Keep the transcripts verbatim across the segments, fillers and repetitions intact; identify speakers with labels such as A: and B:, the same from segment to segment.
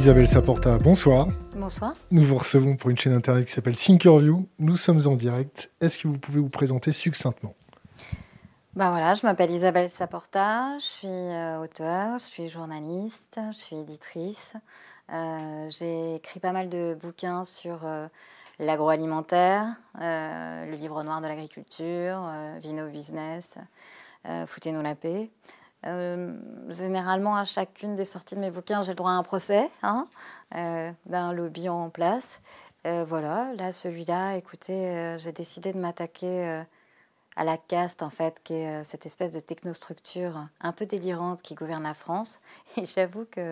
A: Isabelle Saporta, bonsoir.
B: Bonsoir.
A: Nous vous recevons pour une chaîne internet qui s'appelle Thinkerview. Nous sommes en direct. Est-ce que vous pouvez vous présenter succinctement ?
B: Ben voilà, je m'appelle Isabelle Saporta, je suis euh, auteure, je suis journaliste, je suis éditrice. Euh, j'ai écrit pas mal de bouquins sur euh, l'agroalimentaire, euh, le livre noir de l'agriculture, euh, Vino Business, euh, Foutez-nous la paix. Euh, généralement, à chacune des sorties de mes bouquins, j'ai le droit à un procès, hein, euh, d'un lobby en place. Euh, voilà, là, celui-là, écoutez, euh, j'ai décidé de m'attaquer euh, à la caste, en fait, qui est euh, cette espèce de technostructure un peu délirante qui gouverne la France. Et j'avoue que,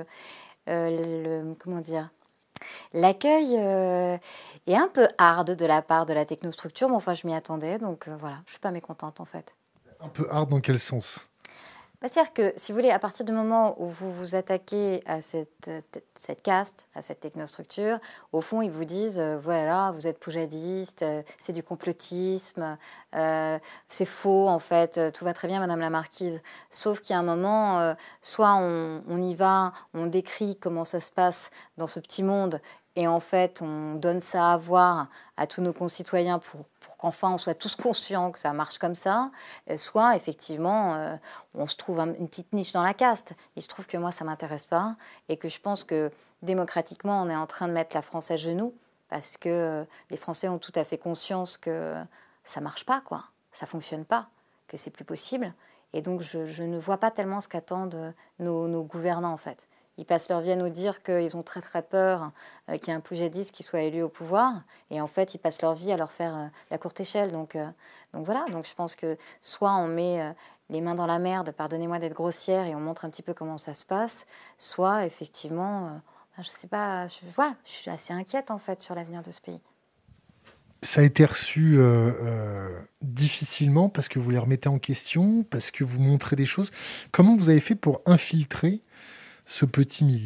B: euh, le, comment dire, l'accueil euh, est un peu hard de la part de la technostructure, mais enfin, je m'y attendais, donc euh, voilà, je ne suis pas mécontente, en fait.
A: Un peu hard dans quel sens ?
B: Bah, c'est-à-dire que, si vous voulez, à partir du moment où vous vous attaquez à cette, cette caste, à cette technostructure, au fond, ils vous disent, euh, voilà, vous êtes poujadiste, euh, c'est du complotisme, euh, c'est faux, en fait, euh, tout va très bien, Madame la Marquise. Sauf qu'il y a un moment, euh, soit on, on y va, on décrit comment ça se passe dans ce petit monde, et en fait, on donne ça à voir à tous nos concitoyens pour, pour qu'enfin on soit tous conscients que ça marche comme ça, soit effectivement, euh, on se trouve un, une petite niche dans la caste. Il se trouve que moi, ça ne m'intéresse pas et que je pense que démocratiquement, on est en train de mettre la France à genoux parce que euh, les Français ont tout à fait conscience que ça ne marche pas, quoi. Ça ne fonctionne pas, que c'est plus possible. Et donc, je, je ne vois pas tellement ce qu'attendent nos, nos gouvernants, en fait. Ils passent leur vie à nous dire qu'ils ont très très peur euh, qu'il y ait un poujadiste qui soit élu au pouvoir. Et en fait, ils passent leur vie à leur faire euh, la courte échelle. Donc, euh, donc voilà, donc je pense que soit on met euh, les mains dans la merde, pardonnez-moi d'être grossière, et on montre un petit peu comment ça se passe, soit effectivement, euh, je ne sais pas, je, voilà, je suis assez inquiète en fait sur l'avenir de ce pays.
A: Ça a été reçu euh, euh, difficilement parce que vous les remettez en question, parce que vous montrez des choses. Comment vous avez fait pour infiltrer ce petit milieu ?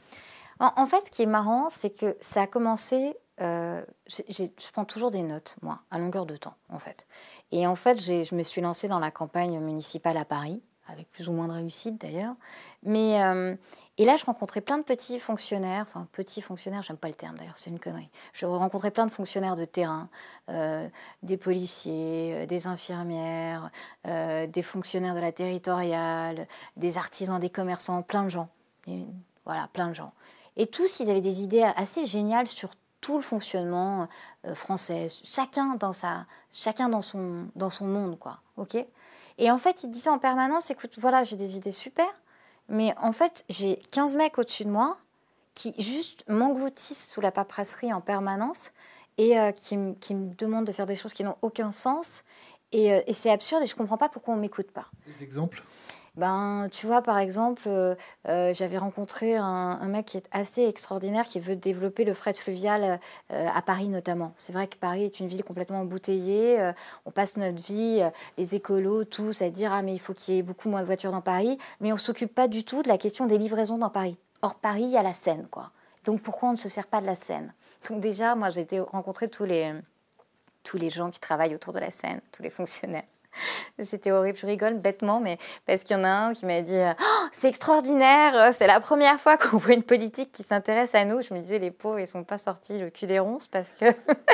B: En, en fait, ce qui est marrant, c'est que ça a commencé... Euh, j'ai, j'ai, je prends toujours des notes, moi, à longueur de temps, en fait. Et en fait, j'ai, je me suis lancée dans la campagne municipale à Paris, avec plus ou moins de réussite d'ailleurs. Mais, euh, et là, je rencontrais plein de petits fonctionnaires, enfin, petits fonctionnaires, j'aime pas le terme d'ailleurs, c'est une connerie. Je rencontrais plein de fonctionnaires de terrain, euh, des policiers, euh, des infirmières, euh, des fonctionnaires de la territoriale, des artisans, des commerçants, plein de gens. Et, voilà, plein de gens. Et tous, ils avaient des idées assez géniales sur tout le fonctionnement euh, français, chacun dans sa, chacun dans son, dans son monde, quoi. Ok ? Et en fait, ils disaient en permanence, écoute, voilà, j'ai des idées super, mais en fait, j'ai quinze mecs au-dessus de moi qui juste m'engloutissent sous la paperasserie en permanence et euh, qui, m- qui me demandent de faire des choses qui n'ont aucun sens. Et, euh, et c'est absurde et je ne comprends pas pourquoi on ne m'écoute pas.
A: Des exemples ?
B: Ben, tu vois, par exemple, euh, euh, j'avais rencontré un, un mec qui est assez extraordinaire, qui veut développer le fret fluvial euh, à Paris notamment. C'est vrai que Paris est une ville complètement embouteillée. Euh, on passe notre vie, euh, les écolos, tous, à dire « Ah, mais il faut qu'il y ait beaucoup moins de voitures dans Paris ». Mais on ne s'occupe pas du tout de la question des livraisons dans Paris. Or, Paris, il y a la Seine, quoi. Donc, pourquoi on ne se sert pas de la Seine ? Donc déjà, moi, j'ai été rencontrer tous les, tous les gens qui travaillent autour de la Seine, tous les fonctionnaires. C'était horrible, je rigole bêtement, mais parce qu'il y en a un qui m'a dit oh, « C'est extraordinaire, c'est la première fois qu'on voit une politique qui s'intéresse à nous ». Je me disais, les pauvres, ils ne sont pas sortis le cul des ronces parce que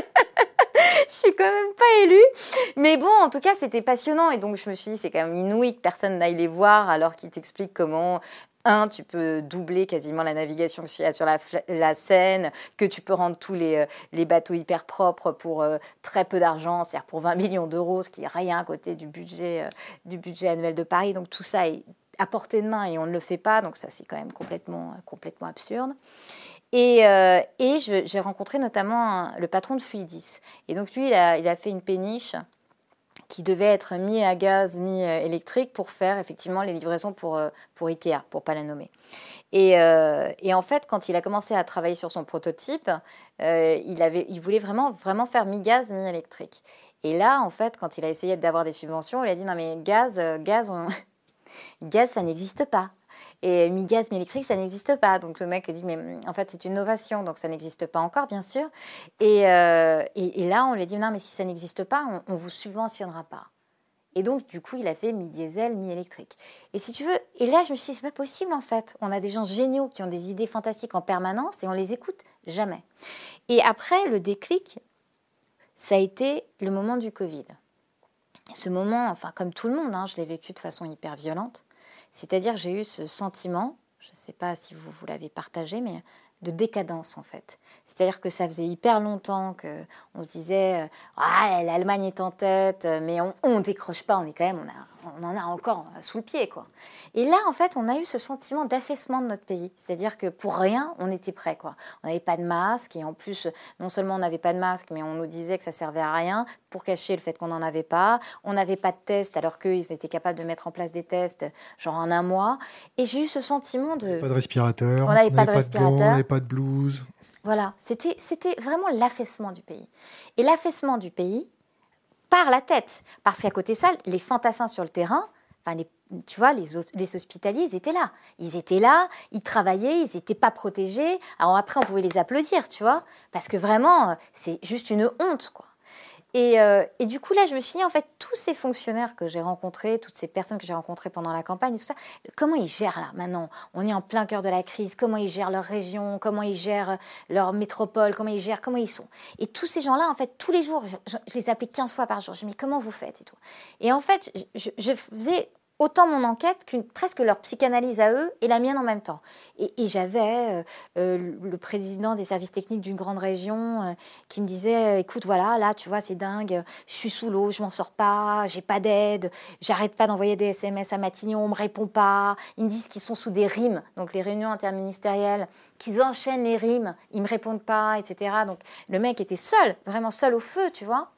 B: je suis quand même pas élue. Mais bon, en tout cas, c'était passionnant. Et donc, je me suis dit, c'est quand même inouï que personne n'aille les voir alors qu'ils t'expliquent comment... Un, tu peux doubler quasiment la navigation qu'il y a sur la, la Seine, que tu peux rendre tous les, les bateaux hyper propres pour euh, très peu d'argent, c'est-à-dire pour vingt millions d'euros, ce qui n'est rien à côté du budget, euh, du budget annuel de Paris. Donc tout ça est à portée de main et on ne le fait pas, donc ça c'est quand même complètement, complètement absurde. Et, euh, et je, j'ai rencontré notamment un, le patron de Fluidis. Et donc lui, il a, il a fait une péniche qui devait être mis à gaz, mis électrique pour faire effectivement les livraisons pour, pour Ikea, pour ne pas la nommer. Et, euh, et en fait, quand il a commencé à travailler sur son prototype, euh, il, avait, il voulait vraiment, vraiment faire mi-gaz, mi-électrique. Et là, en fait, quand il a essayé d'avoir des subventions, il a dit « Non mais gaz, gaz, on... gaz ça n'existe pas ». Et mi-gaz, mi-électrique, ça n'existe pas. Donc le mec a dit, mais en fait, c'est une innovation, donc ça n'existe pas encore, bien sûr. Et, euh, et, et là, on lui a dit, non, mais si ça n'existe pas, on ne vous subventionnera pas. Et donc, du coup, il a fait mi-diesel, mi-électrique. Et si tu veux, et là, je me suis dit, c'est pas possible en fait. On a des gens géniaux qui ont des idées fantastiques en permanence et on les écoute jamais. Et après, le déclic, ça a été le moment du Covid. Ce moment, enfin, comme tout le monde, hein, je l'ai vécu de façon hyper violente. C'est-à-dire que j'ai eu ce sentiment, je ne sais pas si vous, vous l'avez partagé, mais de décadence en fait. C'est-à-dire que ça faisait hyper longtemps qu'on se disait euh, ah, l'Allemagne est en tête, mais on ne décroche pas, on est quand même, on, a, on en a encore sous le pied, quoi. Et là, en fait, on a eu ce sentiment d'affaissement de notre pays. C'est-à-dire que pour rien, on était prêt, quoi. On n'avait pas de masque, et en plus, non seulement on n'avait pas de masque, mais on nous disait que ça servait à rien pour cacher le fait qu'on n'en avait pas. On n'avait pas de tests, alors qu'ils étaient capables de mettre en place des tests, genre en un mois. Et j'ai eu ce sentiment de...
A: Pas de respirateur,
B: on n'avait pas de respirateur,
A: on n'avait pas de blouse.
B: Voilà, c'était, c'était vraiment l'affaissement du pays. Et l'affaissement du pays par la tête. Parce qu'à côté de ça, les fantassins sur le terrain, enfin les, tu vois, les, les hospitaliers, ils étaient là. Ils étaient là, ils travaillaient, ils n'étaient pas protégés. Alors après, on pouvait les applaudir, tu vois. Parce que vraiment, c'est juste une honte, quoi. Et, euh, et du coup, là, je me suis dit, en fait, tous ces fonctionnaires que j'ai rencontrés, toutes ces personnes que j'ai rencontrées pendant la campagne, et tout ça, comment ils gèrent là, maintenant? On est en plein cœur de la crise, comment ils gèrent leur région, comment ils gèrent leur métropole, comment ils gèrent, comment ils sont. Et tous ces gens-là, en fait, tous les jours, je, je les appelais quinze fois par jour. Je me dis, mais comment vous faites et tout. Et en fait, je, je faisais autant mon enquête qu'une presque leur psychanalyse à eux et la mienne en même temps. Et, et j'avais euh, euh, le président des services techniques d'une grande région euh, qui me disait, écoute, voilà, là, tu vois, c'est dingue, je suis sous l'eau, je m'en sors pas, j'ai pas d'aide, j'arrête pas d'envoyer des S M S à Matignon, on me répond pas. Ils me disent qu'ils sont sous des rimes, donc les réunions interministérielles, qu'ils enchaînent les rimes, ils me répondent pas, et cetera. Donc le mec était seul, vraiment seul au feu, tu vois.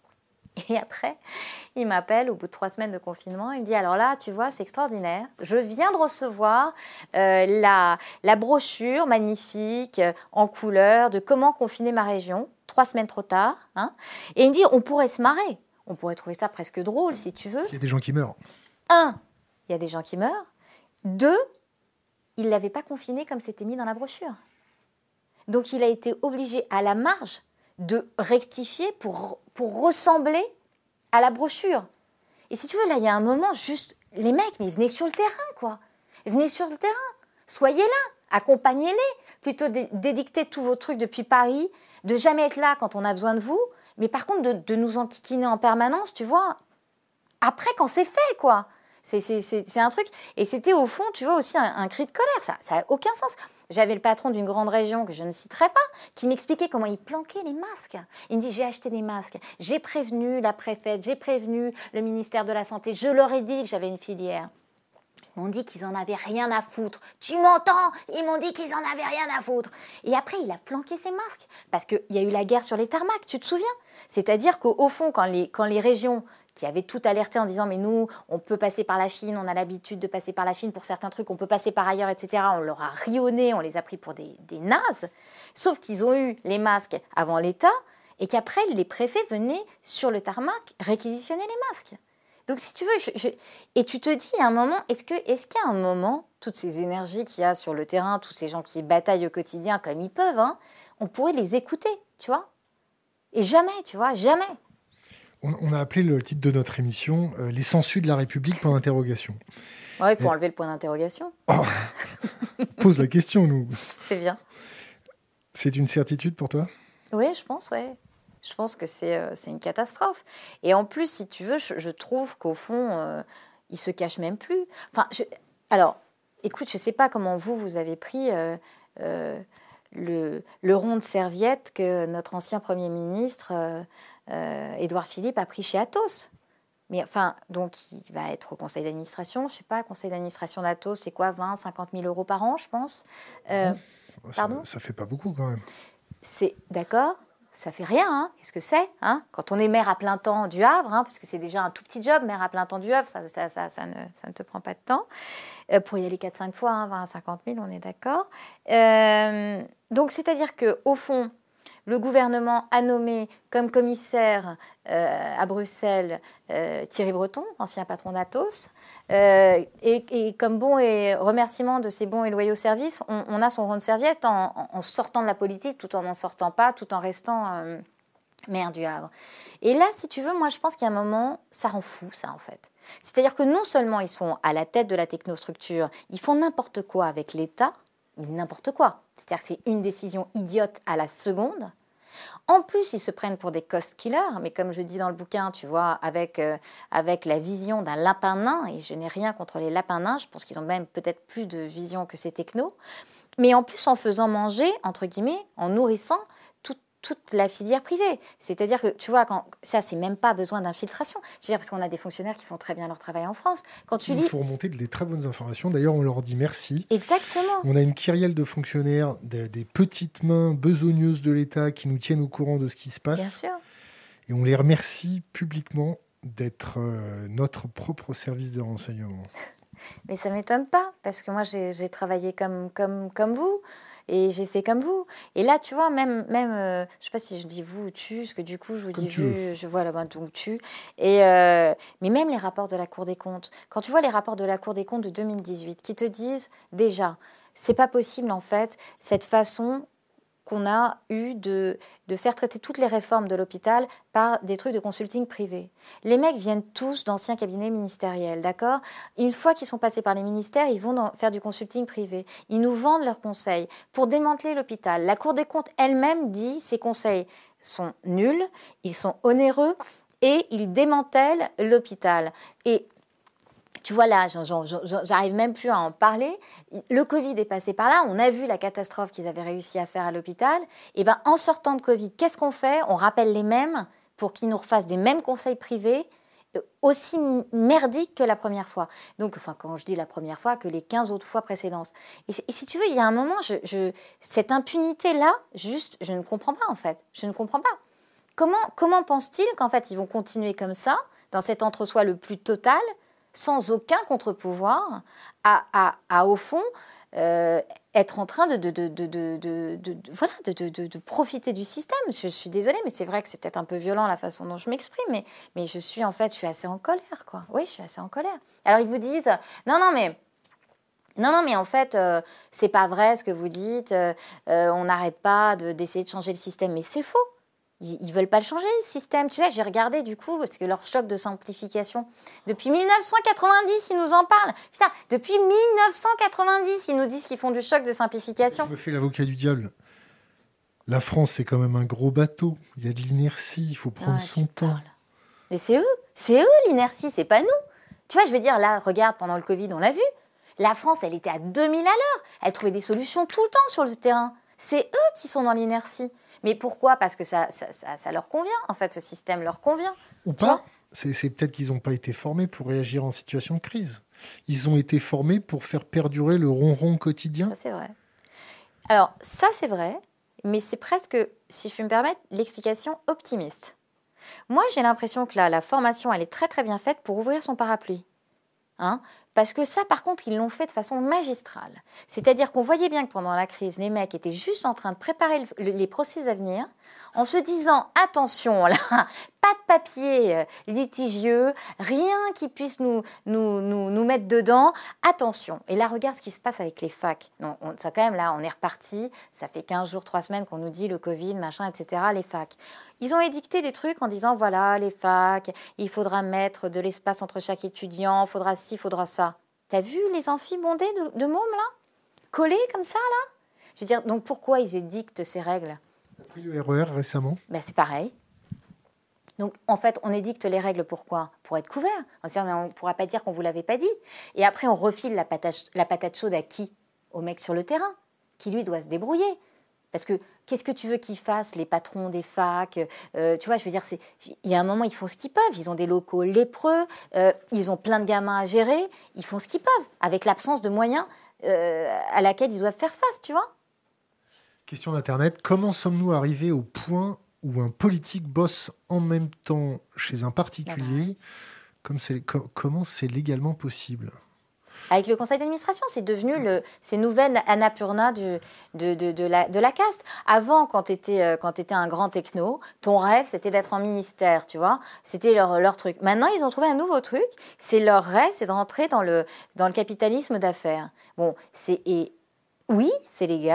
B: Et après, il m'appelle au bout de trois semaines de confinement. Il me dit, alors là, tu vois, c'est extraordinaire. Je viens de recevoir euh, la, la brochure magnifique, euh, en couleur, de comment confiner ma région. Trois semaines trop tard. Hein. Et il me dit, on pourrait se marrer. On pourrait trouver ça presque drôle, si tu veux.
A: Il y a des gens qui meurent.
B: Un, il y a des gens qui meurent. Deux, il ne l'avait pas confiné comme c'était mis dans la brochure. Donc, il a été obligé, à la marge, de rectifier pour, pour ressembler à la brochure. Et si tu veux, là, il y a un moment, juste, les mecs, mais venez sur le terrain, quoi. Venez sur le terrain. Soyez là. Accompagnez-les. Plutôt d'édicter tous vos trucs depuis Paris, de jamais être là quand on a besoin de vous, mais par contre, de, de nous enquiquiner en permanence, tu vois, après, quand c'est fait, quoi. C'est, c'est, c'est, c'est un truc... Et c'était, au fond, tu vois, aussi un, un cri de colère. Ça ça n'a aucun sens. J'avais le patron d'une grande région, que je ne citerai pas, qui m'expliquait comment il planquait les masques. Il me dit, j'ai acheté des masques, j'ai prévenu la préfète, j'ai prévenu le ministère de la Santé, je leur ai dit que j'avais une filière. Ils m'ont dit qu'ils n'en avaient rien à foutre. Tu m'entends? Ils m'ont dit qu'ils n'en avaient rien à foutre. Et après, il a planqué ses masques. Parce qu'il y a eu la guerre sur les tarmacs, tu te souviens? C'est-à-dire qu'au fond, quand les, quand les régions qui avaient tout alerté en disant « mais nous, on peut passer par la Chine, on a l'habitude de passer par la Chine pour certains trucs, on peut passer par ailleurs, et cetera » On leur a rionné, on les a pris pour des, des nazes. Sauf qu'ils ont eu les masques avant l'État et qu'après, les préfets venaient sur le tarmac réquisitionner les masques. Donc, si tu veux, je, je... et tu te dis à un moment, est-ce, que, est-ce qu'à un moment, toutes ces énergies qu'il y a sur le terrain, tous ces gens qui bataillent au quotidien comme ils peuvent, hein, on pourrait les écouter, tu vois? Et jamais, tu vois, jamais.
A: On, on a appelé le titre de notre émission euh, « Les sangsues de la République », point d'interrogation.
B: Ouais, il faut
A: et...
B: enlever le point d'interrogation.
A: Oh, pose la question, nous.
B: C'est bien.
A: C'est une certitude pour toi?
B: Oui, je pense, oui. Je pense que c'est, euh, c'est une catastrophe. Et en plus, si tu veux, je, je trouve qu'au fond, euh, ils ne se cachent même plus. Enfin, je... Alors, écoute, je ne sais pas comment vous, vous avez pris euh, euh, le, le rond de serviette que notre ancien Premier ministre, euh, euh, Édouard Philippe, a pris chez Atos. Mais enfin, donc, il va être au conseil d'administration. Je ne sais pas, conseil d'administration d'Atos, c'est quoi, vingt, cinquante mille euros par an, je pense. Euh,
A: ça,
B: pardon
A: ça fait pas beaucoup, quand même.
B: C'est, d'accord. Ça fait rien, hein. Qu'est-ce que c'est, hein? Quand on est maire à plein temps du Havre, hein, parce que c'est déjà un tout petit job, maire à plein temps du Havre, ça, ça, ça, ça, ne, ça ne te prend pas de temps. Euh, pour y aller quatre cinq fois, hein, vingt à cinquante mille, on est d'accord. Euh, donc, c'est-à-dire qu'au fond, le gouvernement a nommé comme commissaire euh, à Bruxelles euh, Thierry Breton, ancien patron d'Atos. Euh, et, et comme bon et remerciement de ses bons et loyaux services, on, on a son rond de serviette en, en sortant de la politique, tout en n'en sortant pas, tout en restant euh, maire du Havre. Et là, si tu veux, moi, je pense qu'il y a un moment, ça rend fou, ça, en fait. C'est-à-dire que non seulement ils sont à la tête de la technostructure, ils font n'importe quoi avec l'État, n'importe quoi. C'est-à-dire que c'est une décision idiote à la seconde. En plus, ils se prennent pour des cost killers, mais comme je dis dans le bouquin, tu vois, avec, euh, avec la vision d'un lapin nain, et je n'ai rien contre les lapins nains, je pense qu'ils ont même peut-être plus de vision que ces technos, mais en plus en faisant manger, entre guillemets, en nourrissant tout, toute la filière privée. C'est-à-dire que, tu vois, quand, ça, c'est même pas besoin d'infiltration. Je veux dire, parce qu'on a des fonctionnaires qui font très bien leur travail en France. Quand tu
A: Il
B: lis...
A: faut remonter des très bonnes informations. D'ailleurs, on leur dit merci.
B: Exactement.
A: On a une kyrielle de fonctionnaires, des, des petites mains besogneuses de l'État qui nous tiennent au courant de ce qui se passe.
B: Bien sûr.
A: Et on les remercie publiquement d'être euh, notre propre service de renseignement.
B: Mais ça ne m'étonne pas, parce que moi, j'ai, j'ai travaillé comme, comme, comme vous, et j'ai fait comme vous. Et là, tu vois, même, même euh, je ne sais pas si je dis vous ou tu, parce que du coup, je vous
A: Comme
B: dis
A: tu
B: vous,
A: veux.
B: je vois là-bas ou tu. Et, euh, mais même les rapports de la Cour des comptes, quand tu vois les rapports de la Cour des comptes de deux mille dix-huit, qui te disent, déjà, c'est pas possible, en fait, cette façon qu'on a eu de, de faire traiter toutes les réformes de l'hôpital par des trucs de consulting privé. Les mecs viennent tous d'anciens cabinets ministériels, d'accord ? Une fois qu'ils sont passés par les ministères, ils vont dans, faire du consulting privé. Ils nous vendent leurs conseils pour démanteler l'hôpital. La Cour des comptes elle-même dit ces conseils sont nuls, ils sont onéreux et ils démantèlent l'hôpital. Et tu vois là, j'arrive même plus à en parler. Le Covid est passé par là. On a vu la catastrophe qu'ils avaient réussi à faire à l'hôpital. Et ben, en sortant de Covid, qu'est-ce qu'on fait ? On rappelle les mêmes pour qu'ils nous refassent des mêmes conseils privés aussi merdiques que la première fois. Donc, enfin, quand je dis la première fois, que les quinze autres fois précédentes. Et, et si tu veux, il y a un moment, je, je, cette impunité-là, juste, je ne comprends pas en fait. Je ne comprends pas. Comment, comment pensent-ils qu'en fait, ils vont continuer comme ça, dans cet entre-soi le plus total, sans aucun contre-pouvoir, à, à, à au fond euh, être en train de, de, de, de, de, de, de, voilà, de, de, de, de profiter du système. Je suis désolée, mais c'est vrai que c'est peut-être un peu violent la façon dont je m'exprime, mais, mais je suis en fait, je suis assez en colère, quoi. Oui, je suis assez en colère. Alors ils vous disent, non, non, mais... Non, non, mais en fait, euh, c'est pas vrai ce que vous dites, euh, euh, on n'arrête pas de, d'essayer de changer le système, mais c'est faux. Ils ne veulent pas le changer, le système. Tu sais, j'ai regardé du coup, parce que leur choc de simplification, depuis mille neuf cent quatre-vingt-dix, ils nous en parlent. Putain, depuis mille neuf cent quatre-vingt-dix, ils nous disent qu'ils font du choc de simplification.
A: Je me fais l'avocat du diable. La France, c'est quand même un gros bateau. Il y a de l'inertie, il faut prendre
B: Ah,
A: son temps.
B: parles. Mais c'est eux, c'est eux l'inertie, c'est pas nous. Tu vois, je veux dire, là, regarde, pendant le Covid, on l'a vu. La France, elle était à deux mille à l'heure. Elle trouvait des solutions tout le temps sur le terrain. C'est eux qui sont dans l'inertie. Mais pourquoi ? Parce que ça, ça, ça, ça leur convient, en fait, ce système leur convient.
A: Ou pas. C'est, c'est peut-être qu'ils n'ont pas été formés pour réagir en situation de crise. Ils ont été formés pour faire perdurer le ronron quotidien.
B: Ça, c'est vrai. Alors, ça, c'est vrai, mais c'est presque, si je puis me permettre, l'explication optimiste. Moi, j'ai l'impression que là, la formation, elle est très, très bien faite pour ouvrir son parapluie. Hein ? Parce que ça, par contre, ils l'ont fait de façon magistrale. C'est-à-dire qu'on voyait bien que pendant la crise, les mecs étaient juste en train de préparer le, le, les procès à venir, en se disant, attention, là, pas de papier euh, litigieux, rien qui puisse nous, nous, nous, nous mettre dedans, attention. Et là, regarde ce qui se passe avec les facs. Non, on, ça, quand même, là, on est reparti, ça fait quinze jours, trois semaines qu'on nous dit le Covid, machin, et cetera, les facs. Ils ont édicté des trucs en disant, voilà, les facs, il faudra mettre de l'espace entre chaque étudiant, il faudra ci, il faudra ça. T'as vu les amphis bondés de, de mômes, là ? Collés comme ça, là ? Je veux dire, donc pourquoi ils édictent ces règles ?
A: T'as pris le R E R récemment ?
B: Ben, c'est pareil. Donc, en fait, on édicte les règles pourquoi ? Pour être couvert. On ne pourra pas dire qu'on ne vous l'avait pas dit. Et après, on refile la patate, la patate chaude à qui ? Au mec sur le terrain, qui lui doit se débrouiller. Parce que qu'est-ce que tu veux qu'ils fassent, les patrons des facs ? euh, Tu vois, je veux dire, c'est, il y a un moment, ils font ce qu'ils peuvent. Ils ont des locaux lépreux, euh, ils ont plein de gamins à gérer. Ils font ce qu'ils peuvent, avec l'absence de moyens euh, à laquelle ils doivent faire face, tu vois ?
A: Question d'Internet. Comment sommes-nous arrivés au point où un politique bosse en même temps chez un particulier ? Comme c'est, co- comment c'est légalement possible ?
B: Avec le conseil d'administration, c'est devenu le, ces nouvelles annapurna du, de, de, de, la, de la caste. Avant, quand tu étais euh, un grand techno, ton rêve, c'était d'être en ministère, tu vois. C'était leur, leur truc. Maintenant, ils ont trouvé un nouveau truc. C'est leur rêve, c'est de rentrer dans le, dans le capitalisme d'affaires. Bon, c'est, et oui, c'est légal.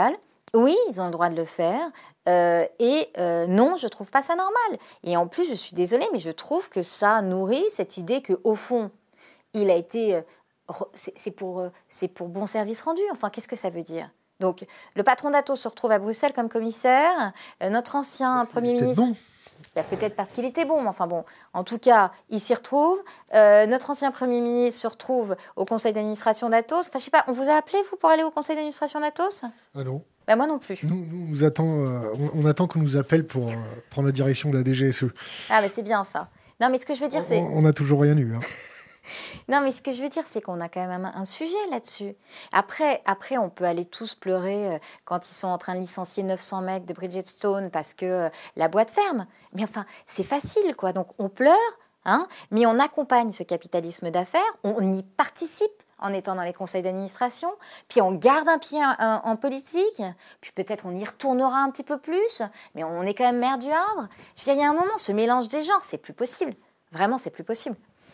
B: Oui, ils ont le droit de le faire. Euh, et euh, non, je trouve pas ça normal. Et en plus, je suis désolée, mais je trouve que ça nourrit cette idée qu'au fond, il a été... euh, re- c'est c'est pour, euh, c'est pour bon service rendu. Enfin, qu'est-ce que ça veut dire? Donc, le patron d'Atos se retrouve à Bruxelles comme commissaire. Euh, notre ancien Premier
A: Peut-être
B: ministre...
A: bon.
B: Bah, peut-être parce qu'il était bon, mais enfin bon, en tout cas, il s'y retrouve. Euh, notre ancien Premier ministre se retrouve au conseil d'administration d'Atos. Enfin, je sais pas, on vous a appelé, vous, pour aller au conseil d'administration d'Atos?
A: Ah non.
B: Bah, moi non plus.
A: Nous, nous, nous attend, euh, on, on attend qu'on nous appelle pour euh, prendre la direction de la D G S E.
B: Ah, mais c'est bien ça. Non, mais ce que je veux dire, c'est...
A: On n'a toujours rien eu. Hein.
B: Non, mais ce que je veux dire, c'est qu'on a quand même un, un sujet là-dessus. Après, après, on peut aller tous pleurer euh, quand ils sont en train de licencier neuf cents mecs de Bridgestone parce que euh, la boîte ferme. Mais enfin, c'est facile, quoi. Donc, on pleure, hein, mais on accompagne ce capitalisme d'affaires, on, on y participe en étant dans les conseils d'administration, puis on garde un pied en, en- en politique, puis peut-être on y retournera un petit peu plus, mais on est quand même maire du Havre. Je veux dire, il y a un moment, ce mélange des genres, c'est plus possible. Vraiment, c'est plus possible.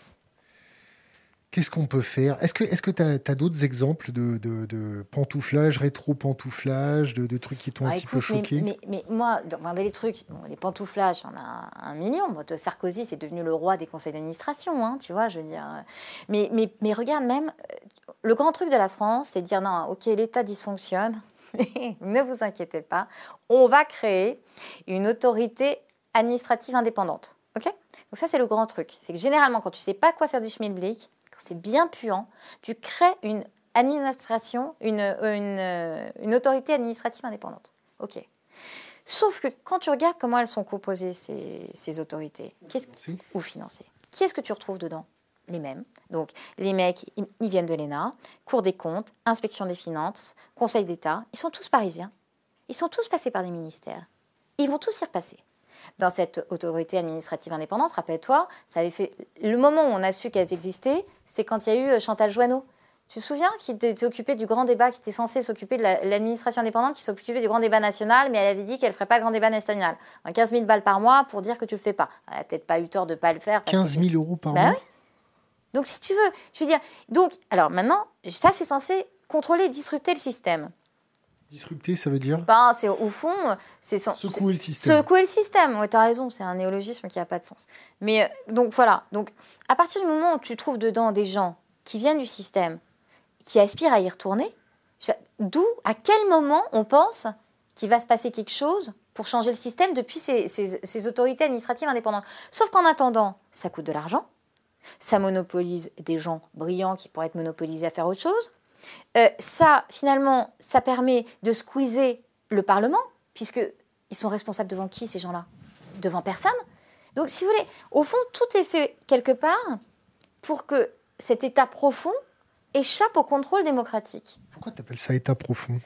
A: Qu'est-ce qu'on peut faire? Est-ce que est-ce que tu as, d'autres exemples de, de, de pantouflage, rétro-pantouflage, de, de trucs qui t'ont
B: Ah,
A: un petit peu
B: écoute, mais,
A: choqué?
B: mais, mais moi, dans, dans les trucs, bon, les pantouflages, on a un million. Moi, de Sarkozy, c'est devenu le roi des conseils d'administration, hein, tu vois, je veux dire. euh. Mais, mais, mais regarde même, euh, le grand truc de la France, c'est de dire non, ok, l'État dysfonctionne, mais ne vous inquiétez pas, on va créer une autorité administrative indépendante, ok? Donc ça, c'est le grand truc. C'est que généralement, quand tu sais pas quoi faire du schmilblick, quand c'est bien puant, tu crées une administration, une, une, euh, une autorité administrative indépendante. Ok. Sauf que quand tu regardes comment elles sont composées, ces, ces autorités, qu'est-ce,
A: Si.
B: ou financées, qui est-ce que tu retrouves dedans? Les mêmes. Donc, les mecs, ils, ils viennent de l'E N A, Cour des comptes, Inspection des finances, Conseil d'État. Ils sont tous parisiens. Ils sont tous passés par des ministères. Ils vont tous y repasser. Dans cette autorité administrative indépendante, rappelle-toi, ça avait fait le moment où on a su qu'elles existaient, c'est quand il y a eu Chantal Joanneau. Tu te souviens qui était occupée du grand débat, qui était censée s'occuper de la- l'administration indépendante, qui s'occupait du grand débat national, mais elle avait dit qu'elle ne ferait pas le grand débat national. quinze mille balles par mois pour dire que tu le fais pas. Elle n'a peut-être pas eu tort de ne pas le faire. Parce
A: quinze
B: que...
A: mille euros par
B: Bah
A: mois?
B: oui. Donc si tu veux, je veux dire, donc, alors maintenant, ça c'est censé contrôler, disrupter le système.
A: Disrupter, ça veut dire
B: Ben, c'est au fond, c'est son-
A: secouer le système.
B: secouer le système. Oui, tu as raison, c'est un néologisme qui n'a pas de sens. Mais euh, donc voilà. Donc à partir du moment où tu trouves dedans des gens qui viennent du système, qui aspirent à y retourner, je- d'où, à quel moment on pense qu'il va se passer quelque chose pour changer le système depuis ces, ces- ces autorités administratives indépendantes. Sauf qu'en attendant, ça coûte de l'argent, ça monopolise des gens brillants qui pourraient être monopolisés à faire autre chose. Euh, ça, finalement, ça permet de squeezer le Parlement, puisqu'ils sont responsables devant qui, ces gens-là? Devant personne. Donc, si vous voulez, au fond, tout est fait quelque part pour que cet État profond échappe au contrôle démocratique.
A: Pourquoi tu appelles ça état profond?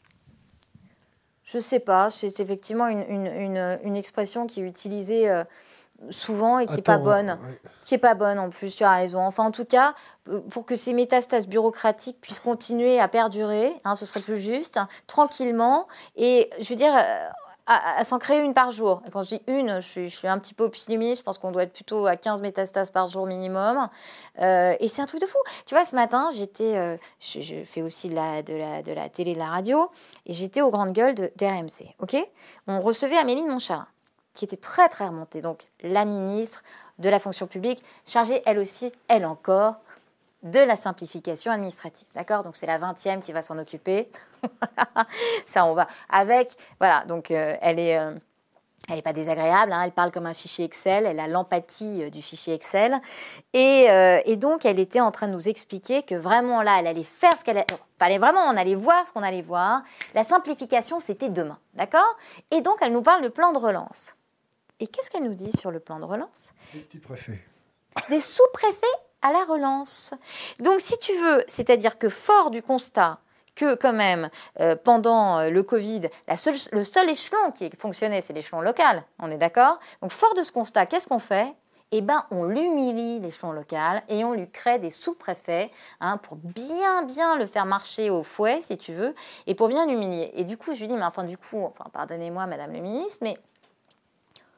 B: Je ne sais pas, c'est effectivement une, une, une, une expression qui est utilisée euh, souvent et qui n'est pas bonne.
A: Ouais.
B: Qui n'est pas bonne en plus, tu as raison. Enfin, en tout cas, pour que ces métastases bureaucratiques puissent continuer à perdurer, hein, ce serait plus juste, hein, tranquillement, et je veux dire, euh, à, à s'en créer une par jour. Et quand je dis une, je suis, je suis un petit peu optimiste, je pense qu'on doit être plutôt à quinze métastases par jour minimum, euh, et c'est un truc de fou. Tu vois, ce matin, j'étais, euh, je, je fais aussi de la, de, la, de la télé, de la radio, et j'étais aux grandes gueules de, d'R M C, ok? On recevait Amélie de Montchalin, qui était très très remontée, donc la ministre de la fonction publique, chargée elle aussi, elle encore, de la simplification administrative. D'accord? Donc c'est la vingtième qui va s'en occuper. Ça, on va avec. Voilà, donc euh, elle est. Euh, Elle n'est pas désagréable, hein, elle parle comme un fichier Excel, elle a l'empathie euh, du fichier Excel. Et, euh, et donc, elle était en train de nous expliquer que vraiment là, elle allait faire ce qu'elle allait... Fallait vraiment, on allait voir ce qu'on allait voir. La simplification, c'était demain, d'accord? Et donc, elle nous parle du plan de relance. Et qu'est-ce qu'elle nous dit sur le plan de relance?
A: Des petits préfets.
B: Des sous-préfets à la relance. Donc, si tu veux, c'est-à-dire que fort du constat que quand même, euh, pendant euh, le Covid, la seule, le seul échelon qui fonctionnait, c'est l'échelon local, on est d'accord? Donc, fort de ce constat, qu'est-ce qu'on fait? Eh bien, on l'humilie, l'échelon local, et on lui crée des sous-préfets, hein, pour bien, bien le faire marcher au fouet, si tu veux, et pour bien l'humilier. Et du coup, je lui dis, mais enfin, du coup, enfin, pardonnez-moi, Madame le ministre, mais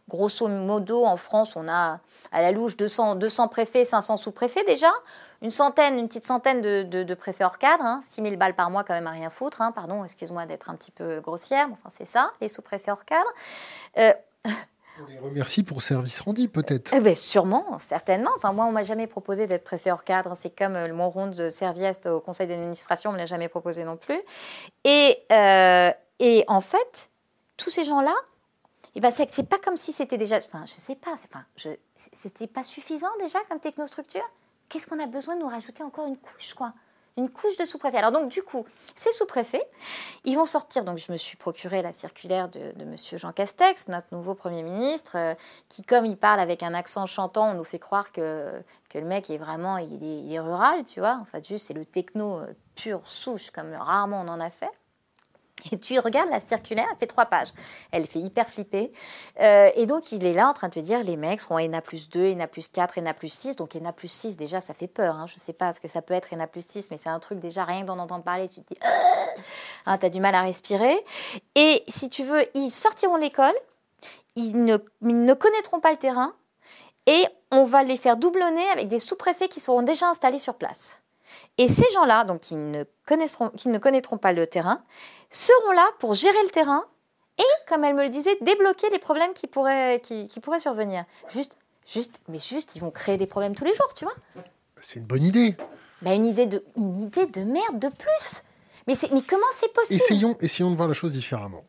B: grosso modo, en France, on a à la louche deux cents, deux cents préfets, cinq cents sous-préfets déjà. Une centaine, une petite centaine de, de, de préfets hors cadre. Hein, six mille balles par mois, quand même, à rien foutre. Hein, pardon, excuse-moi d'être un petit peu grossière. Enfin, c'est ça, les sous-préfets hors cadre. Euh,
A: On les remercie pour service rendu, peut-être.
B: Eh bien, sûrement, certainement. Enfin, moi, on ne m'a jamais proposé d'être préfet hors cadre. C'est comme euh, mon rond de serviette au conseil d'administration, on ne me l'a jamais proposé non plus. Et, euh, et en fait, tous ces gens-là, eh ben, c'est, c'est pas comme si c'était déjà... Enfin, je sais pas. C'est, enfin, je, c'était pas suffisant déjà comme technostructure. Qu'est-ce qu'on a besoin de nous rajouter encore une couche, quoi ? Une couche de sous-préfet. Alors donc, du coup, ces sous-préfets, ils vont sortir. Donc, je me suis procuré la circulaire de, de M. Jean Castex, notre nouveau Premier ministre, euh, qui, comme il parle avec un accent chantant, on nous fait croire que, que le mec est vraiment... Il est, il est rural, tu vois. En fait, juste, c'est le techno euh, pur souche, comme rarement on en a fait. Et tu regardes la circulaire, elle fait trois pages. Elle fait hyper flipper. Euh, et donc, il est là en train de te dire, les mecs seront N A plus deux, N A plus quatre, N A plus six. Donc, N A plus six, déjà, ça fait peur. Hein. Je ne sais pas ce que ça peut être N A plus six, mais c'est un truc, déjà, rien que d'en entendre parler, tu te dis, hein, tu as du mal à respirer. Et si tu veux, ils sortiront de l'école, ils ne, ils ne connaîtront pas le terrain, et on va les faire doublonner avec des sous-préfets qui seront déjà installés sur place. Et ces gens-là, donc qui ne, connaîtront, qui ne connaîtront pas le terrain, seront là pour gérer le terrain et, comme elle me le disait, débloquer les problèmes qui pourraient, qui, qui pourraient survenir. Juste, juste, mais juste, ils vont créer des problèmes tous les jours, tu vois.
A: C'est une bonne idée.
B: Ben, une, idée de, une idée de merde de plus. Mais, c'est, mais comment c'est possible ?
A: Essayons, essayons de voir la chose différemment.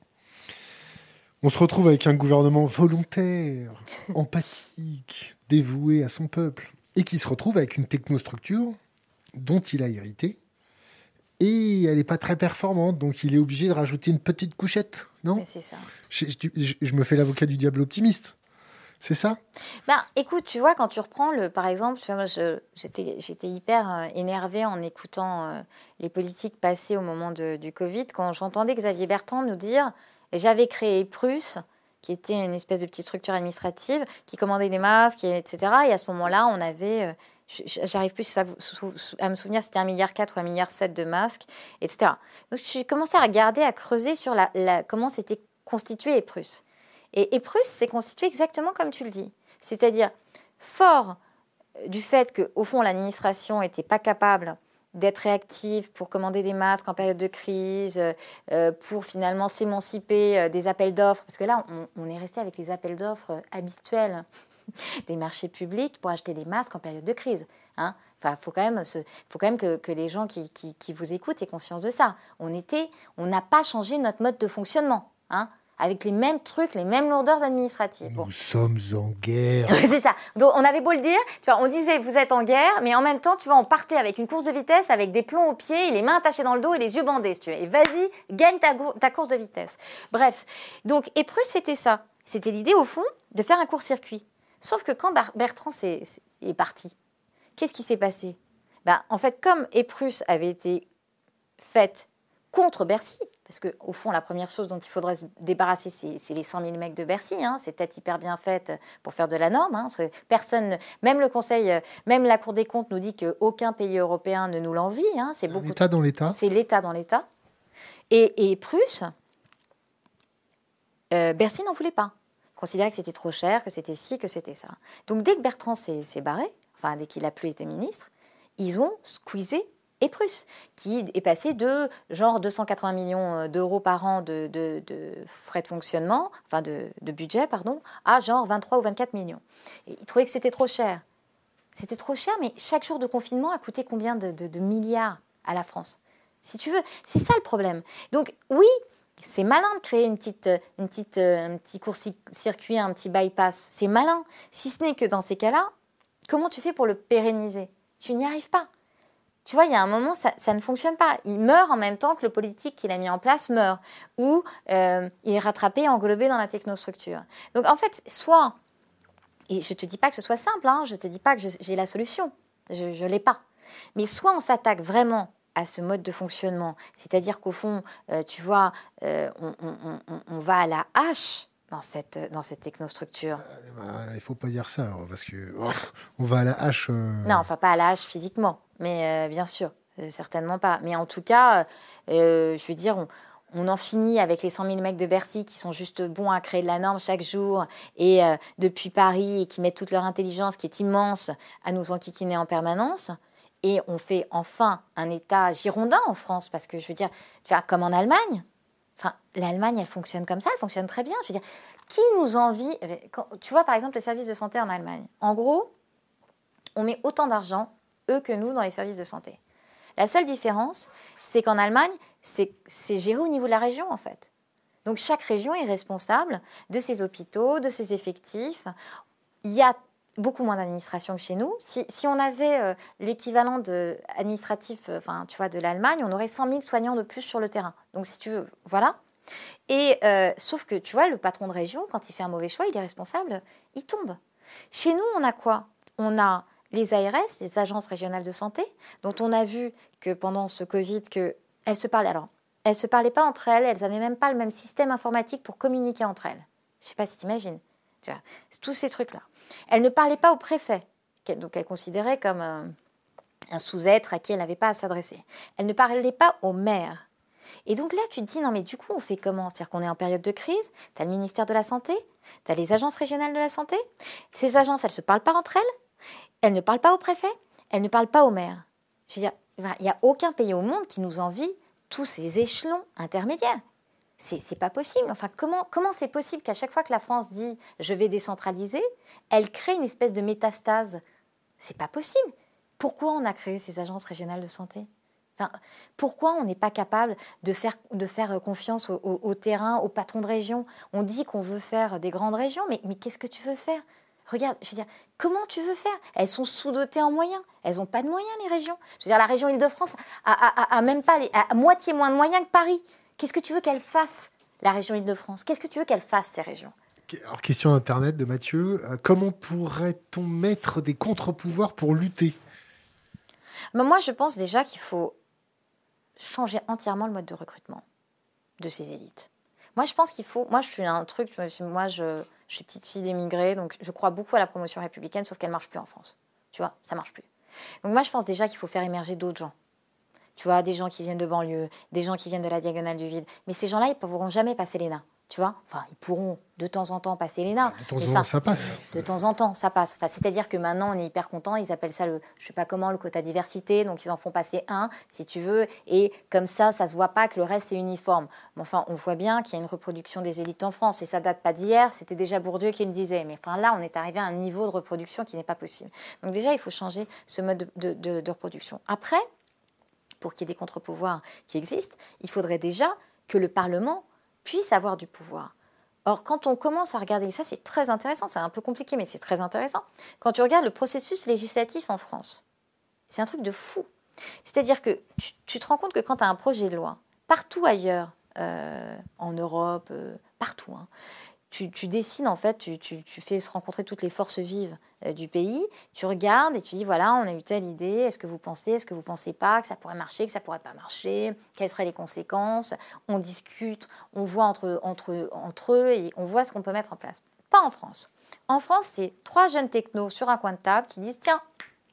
A: On se retrouve avec un gouvernement volontaire, empathique, dévoué à son peuple, et qui se retrouve avec une technostructure dont il a hérité, et elle n'est pas très performante, donc il est obligé de rajouter une petite couchette, non ?
B: Mais c'est ça.
A: Je, je, je me fais l'avocat du diable optimiste, c'est ça ?
B: Ben, écoute, tu vois, quand tu reprends, le, par exemple, tu vois, moi, je, j'étais, j'étais hyper euh, énervée en écoutant euh, les politiques passer au moment de, du Covid, quand j'entendais Xavier Bertrand nous dire « J'avais créé Prusse », qui était une espèce de petite structure administrative, qui commandait des masques, et, etc. Et à ce moment-là, on avait... Euh, J'arrive plus à me souvenir, c'était un virgule quatre milliard ou un virgule sept milliard de masques, et cetera. Donc, j'ai commencé à regarder, à creuser sur la, la, comment c'était constitué Eprusse. Et Eprusse, c'est constitué exactement comme tu le dis. C'est-à-dire, fort du fait qu'au fond, l'administration n'était pas capable d'être réactive pour commander des masques en période de crise, euh, pour finalement s'émanciper euh, des appels d'offres. Parce que là, on, on est resté avec les appels d'offres habituels des marchés publics pour acheter des masques en période de crise. Hein. Enfin, il faut quand même, se, faut quand même que, que les gens qui, qui, qui vous écoutent aient conscience de ça. On était, on n'a pas changé notre mode de fonctionnement. Hein, avec les mêmes trucs, les mêmes lourdeurs administratives.
A: Nous bon. sommes en guerre.
B: C'est ça. Donc, on avait beau le dire, tu vois, on disait vous êtes en guerre, mais en même temps, tu vois, on partait avec une course de vitesse, avec des plombs aux pieds, et les mains attachées dans le dos et les yeux bandés, si tu veux. Et vas-y, gagne ta, ta course de vitesse. Bref. Donc, Eprusse, c'était ça. C'était l'idée, au fond, de faire un court-circuit. Sauf que quand Bertrand c'est, c'est, est parti, qu'est-ce qui s'est passé ? Ben, en fait, comme Eprusse avait été faite contre Bercy, parce qu'au fond, la première chose dont il faudrait se débarrasser, c'est, c'est les cent mille mecs de Bercy. Hein. C'est peut-être hyper bien fait pour faire de la norme. Hein. Personne, même le Conseil, même la Cour des comptes nous dit qu'aucun pays européen ne nous l'envie. Hein. C'est beaucoup.
A: L'État dans l'État.
B: C'est l'État dans l'État. Et, et Prusse, euh, Bercy n'en voulait pas. Considérait que c'était trop cher, que c'était ci, que c'était ça. Donc dès que Bertrand s'est, s'est barré, enfin dès qu'il n'a plus été ministre, ils ont squeezé Eprusse, qui est passé de genre deux cent quatre-vingts millions d'euros par an de, de, de frais de fonctionnement, enfin de, de budget, pardon, à genre vingt-trois ou vingt-quatre millions. Et ils trouvaient que c'était trop cher. C'était trop cher, mais chaque jour de confinement a coûté combien de, de, de milliards à la France ? Si tu veux, c'est ça le problème. Donc oui, c'est malin de créer une petite, une petite, un petit court-circuit, un petit bypass. C'est malin. Si ce n'est que dans ces cas-là, comment tu fais pour le pérenniser ? Tu n'y arrives pas. Tu vois, il y a un moment, ça, ça ne fonctionne pas. Il meurt en même temps que le politique qu'il a mis en place meurt. Ou euh, il est rattrapé, englobé dans la technostructure. Donc en fait, soit, et je ne te dis pas que ce soit simple, hein, je ne te dis pas que je, j'ai la solution. Je ne l'ai pas. Mais soit on s'attaque vraiment à ce mode de fonctionnement, c'est-à-dire qu'au fond, euh, tu vois, euh, on, on, on, on va à la hache dans cette, dans cette technostructure.
A: Euh, bah, il ne faut pas dire ça, parce que oh, on va à la hache... Euh...
B: Non, enfin pas à la hache physiquement, mais euh, bien sûr, euh, certainement pas. Mais en tout cas, euh, je veux dire, on, on en finit avec les cent mille mecs de Bercy qui sont juste bons à créer de la norme chaque jour et euh, depuis Paris et qui mettent toute leur intelligence qui est immense à nous enquiquiner en permanence. Et on fait enfin un État girondin en France parce que je veux dire, comme en Allemagne. Enfin, l'Allemagne, elle fonctionne comme ça, elle fonctionne très bien. Je veux dire, qui nous envie quand, tu vois, par exemple, les services de santé en Allemagne. En gros, on met autant d'argent, eux, que nous, dans les services de santé. La seule différence, c'est qu'en Allemagne, c'est, c'est géré au niveau de la région, en fait. Donc, chaque région est responsable de ses hôpitaux, de ses effectifs. Il y a beaucoup moins d'administration que chez nous. Si, si on avait euh, l'équivalent de, administratif euh, enfin, tu vois, de l'Allemagne, on aurait cent mille soignants de plus sur le terrain. Donc, si tu veux, voilà. Et, euh, sauf que, tu vois, le patron de région, quand il fait un mauvais choix, il est responsable, il tombe. Chez nous, on a quoi ? On a les A R S, les agences régionales de santé, dont on a vu que pendant ce Covid, que elles se parlaient. Alors, elles ne se parlaient pas entre elles, elles n'avaient même pas le même système informatique pour communiquer entre elles. Je ne sais pas si tu imagines. Tu vois, tous ces trucs-là. Elles ne parlaient pas au préfet, donc elles considéraient comme un, un sous-être à qui elles n'avaient pas à s'adresser. Elles ne parlaient pas au maire. Et donc là, tu te dis, non mais du coup, on fait comment ? C'est-à-dire qu'on est en période de crise, tu as le ministère de la Santé, tu as les agences régionales de la santé. Ces agences, elles ne se parlent pas entre elles, elles ne parlent pas au préfet, elles ne parlent pas au maire. Je veux dire, il n'y a aucun pays au monde qui nous envie tous ces échelons intermédiaires. C'est, c'est pas possible. Enfin, comment, comment c'est possible qu'à chaque fois que la France dit « je vais décentraliser », elle crée une espèce de métastase ? C'est pas possible. Pourquoi on a créé ces agences régionales de santé ? Enfin, pourquoi on n'est pas capable de faire, de faire confiance au, au, au terrain, aux patrons de région ? On dit qu'on veut faire des grandes régions, mais, mais qu'est-ce que tu veux faire ? Regarde, je veux dire, comment tu veux faire ? Elles sont sous-dotées en moyens. Elles n'ont pas de moyens, les régions. Je veux dire, la région Île-de-France a, a, a, a même pas les, a moitié moins de moyens que Paris. Qu'est-ce que tu veux qu'elle fasse, la région Île-de-France ? Qu'est-ce que tu veux qu'elle fasse, ces régions ?
A: Alors, question Internet de Mathieu. Euh, comment pourrait-on mettre des contre-pouvoirs pour lutter ?
B: Ben moi, je pense déjà qu'il faut changer entièrement le mode de recrutement de ces élites. Moi, je pense qu'il faut... Moi, je suis un truc... Moi, je, je suis petite fille d'émigrés, donc je crois beaucoup à la promotion républicaine, sauf qu'elle ne marche plus en France. Tu vois, ça ne marche plus. Donc moi, je pense déjà qu'il faut faire émerger d'autres gens. Tu vois, des gens qui viennent de banlieue, des gens qui viennent de la diagonale du vide. Mais ces gens-là, ils ne pourront jamais passer l'E N A. Tu vois, enfin, ils pourront de temps en temps passer l'E N A.
A: De temps en temps, ça passe.
B: De temps en temps, ça passe. Enfin, c'est-à-dire que maintenant, on est hyper content. Ils appellent ça le, je sais pas comment, le quota diversité. Donc, ils en font passer un, si tu veux. Et comme ça, ça se voit pas que le reste est uniforme. Mais enfin, on voit bien qu'il y a une reproduction des élites en France. Et ça date pas d'hier. C'était déjà Bourdieu qui le disait. Mais enfin, là, on est arrivé à un niveau de reproduction qui n'est pas possible. Donc, déjà, il faut changer ce mode de, de, de, de reproduction. Après, pour qu'il y ait des contre-pouvoirs qui existent, il faudrait déjà que le Parlement puisse avoir du pouvoir. Or, quand on commence à regarder ça, c'est très intéressant, c'est un peu compliqué, mais c'est très intéressant. Quand tu regardes le processus législatif en France, c'est un truc de fou. C'est-à-dire que tu, tu te rends compte que quand tu as un projet de loi, partout ailleurs, euh, en Europe, euh, partout, hein, Tu, tu dessines, en fait, tu, tu, tu fais se rencontrer toutes les forces vives euh, du pays, tu regardes et tu dis, voilà, on a eu telle idée, est-ce que vous pensez, est-ce que vous ne pensez pas, que ça pourrait marcher, que ça ne pourrait pas marcher, quelles seraient les conséquences, on discute, on voit entre, entre, entre eux et on voit ce qu'on peut mettre en place. Pas en France. En France, c'est trois jeunes technos sur un coin de table qui disent, tiens,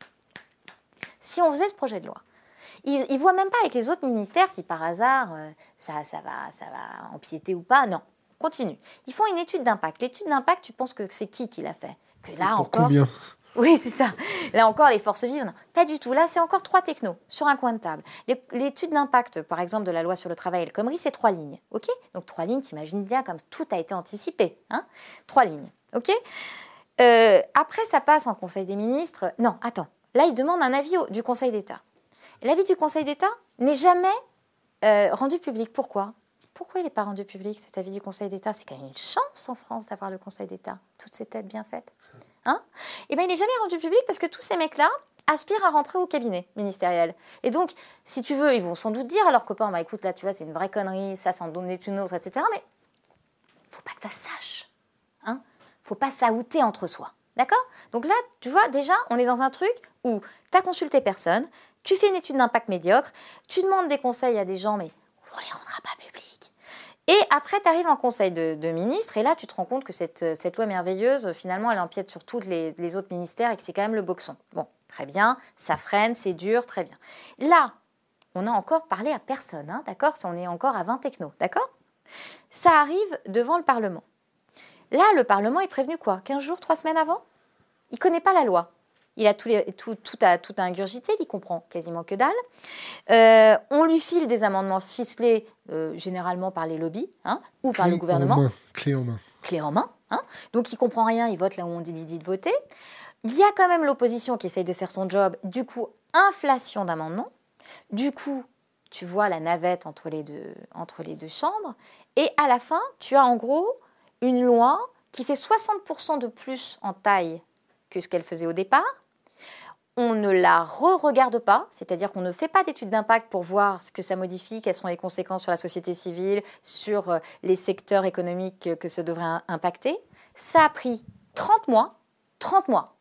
B: si on faisait ce projet de loi, ils ne voient même pas avec les autres ministères si par hasard euh, ça, ça, va, ça va empiéter ou pas, non. Continue. Ils font une étude d'impact. L'étude d'impact, tu penses que c'est qui qui l'a fait ? Que là
A: pour
B: encore.
A: Combien ?
B: Oui, c'est ça. Là encore, les forces vives, non, pas du tout. Là, c'est encore trois technos sur un coin de table. L'étude d'impact, par exemple, de la loi sur le travail et le Khomri, c'est trois lignes. Ok ? Donc trois lignes, t'imagines bien comme tout a été anticipé. Hein ? Trois lignes. Ok ? euh, Après, ça passe en Conseil des ministres. Non, attends. Là, ils demandent un avis au, du Conseil d'État. L'avis du Conseil d'État n'est jamais euh, rendu public. Pourquoi ? Pourquoi il n'est pas rendu public, cet avis du Conseil d'État ? C'est quand même une chance en France d'avoir le Conseil d'État. Toutes ces têtes bien faites. Hein ? Eh bien, il n'est jamais rendu public parce que tous ces mecs-là aspirent à rentrer au cabinet ministériel. Et donc, si tu veux, ils vont sans doute dire à leurs copains, bah, écoute, là, tu vois, c'est une vraie connerie, ça, c'en donne une autre, et cetera. Mais il ne faut pas que ça se sache. Il hein ? ne faut pas s'outer entre soi. D'accord ? Donc là, tu vois, déjà, on est dans un truc où tu n'as consulté personne, tu fais une étude d'impact médiocre, tu demandes des conseils à des gens, mais on ne les rendra pas publics. Et après, tu arrives en conseil de, de ministres, et là, tu te rends compte que cette, cette loi merveilleuse, finalement, elle empiète sur tous les, les autres ministères et que c'est quand même le boxon. Bon, très bien, ça freine, c'est dur, très bien. Là, on n'a encore parlé à personne, hein, d'accord? On est encore à vingt technos, d'accord? Ça arrive devant le Parlement. Là, le Parlement est prévenu quoi? quinze jours, trois semaines avant? Il ne connaît pas la loi. Il a tout, les, tout, tout, à, tout à ingurgiter, il comprend quasiment que dalle. Euh, on lui file des amendements ficelés, euh, généralement par les lobbies, hein, ou par
A: Clé
B: le gouvernement.
A: En main. Clé en main.
B: Clé en main. Hein. Donc il ne comprend rien, il vote là où on lui dit de voter. Il y a quand même l'opposition qui essaye de faire son job. Du coup, inflation d'amendements. Du coup, tu vois la navette entre les deux, entre les deux chambres. Et à la fin, tu as en gros une loi qui fait soixante pour cent de plus en taille que ce qu'elle faisait au départ. On ne la re-regarde pas, c'est-à-dire qu'on ne fait pas d'études d'impact pour voir ce que ça modifie, quelles sont les conséquences sur la société civile, sur les secteurs économiques que ça devrait impacter. Ça a pris trente mois, trente mois.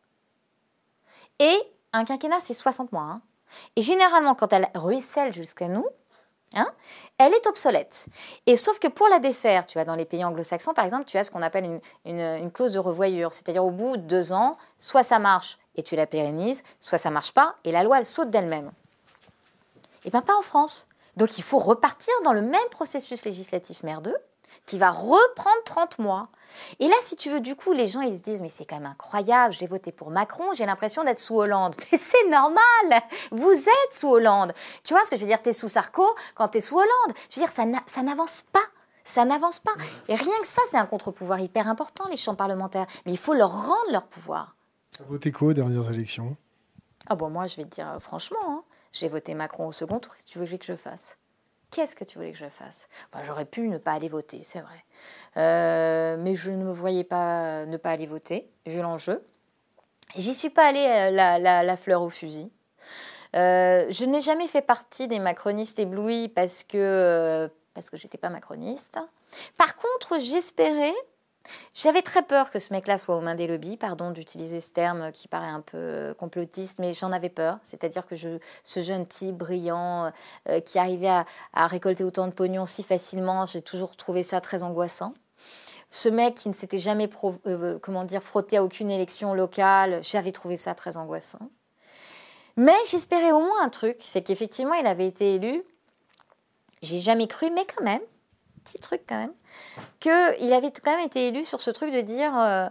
B: Et un quinquennat, c'est soixante mois. Hein. Et généralement, quand elle ruisselle jusqu'à nous, hein, elle est obsolète. Et sauf que pour la défaire, tu vois, dans les pays anglo-saxons, par exemple, tu as ce qu'on appelle une, une, une clause de revoyure. C'est-à-dire au bout de deux ans, soit ça marche et tu la pérennises, soit ça ne marche pas et la loi, elle saute d'elle-même. Et bien pas en France. Donc il faut repartir dans le même processus législatif merdeux qui va reprendre trente mois. Et là, si tu veux, du coup, les gens, ils se disent « Mais c'est quand même incroyable, j'ai voté pour Macron, j'ai l'impression d'être sous Hollande. » Mais c'est normal, vous êtes sous Hollande. Tu vois ce que je veux dire? Tu es sous Sarko quand tu es sous Hollande. Je veux dire, ça, ça n'avance pas. Ça n'avance pas. Et rien que ça, c'est un contre-pouvoir hyper important, les champs parlementaires. Mais il faut leur rendre leur pouvoir.
A: Tu as voté quoi aux dernières élections?
B: Ah bon, moi, je vais te dire, franchement, hein, j'ai voté Macron au second tour. Qu'est-ce que tu veux que je fasse? Qu'est-ce que tu voulais que je fasse? Enfin, j'aurais pu ne pas aller voter, c'est vrai. Euh, mais je ne me voyais pas ne pas aller voter, vu l'enjeu. J'y suis pas allée euh, la, la, la fleur au fusil. Euh, je n'ai jamais fait partie des macronistes éblouis parce que, euh, parce que je n'étais pas macroniste. Par contre, j'espérais... J'avais très peur que ce mec-là soit aux mains des lobbies, pardon d'utiliser ce terme qui paraît un peu complotiste, mais j'en avais peur. C'est-à-dire que je, ce jeune type brillant euh, qui arrivait à, à récolter autant de pognon si facilement, j'ai toujours trouvé ça très angoissant. Ce mec qui ne s'était jamais pro, euh, comment dire, frotté à aucune élection locale, j'avais trouvé ça très angoissant. Mais j'espérais au moins un truc, c'est qu'effectivement, il avait été élu. J'ai jamais cru, mais quand même, petit truc quand même, qu'il avait quand même été élu sur ce truc de dire euh,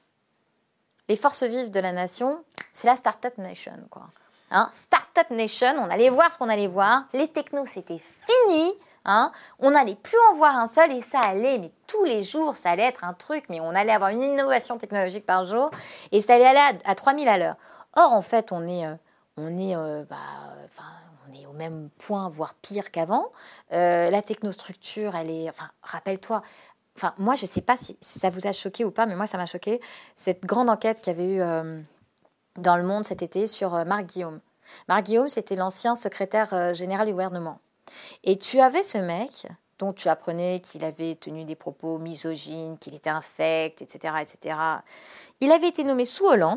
B: les forces vives de la nation, c'est la Startup Nation, quoi. Hein, Startup Nation, on allait voir ce qu'on allait voir, les technos c'était fini, hein, on n'allait plus en voir un seul et ça allait, mais tous les jours ça allait être un truc, mais on allait avoir une innovation technologique par jour et ça allait aller à, à trois mille à l'heure. Or en fait on est, euh, on est, euh, bah, enfin, on est au même point, voire pire qu'avant. Euh, la technostructure, elle est... Enfin, rappelle-toi... Enfin, moi, je ne sais pas si, si ça vous a choqué ou pas, mais moi, ça m'a choqué. Cette grande enquête qu'il y avait eu euh, dans Le Monde cet été sur euh, Marc Guillaume. Marc Guillaume, c'était l'ancien secrétaire euh, général du gouvernement. Et tu avais ce mec dont tu apprenais qu'il avait tenu des propos misogynes, qu'il était infect, et cetera, et cetera. Il avait été nommé sous Hollande.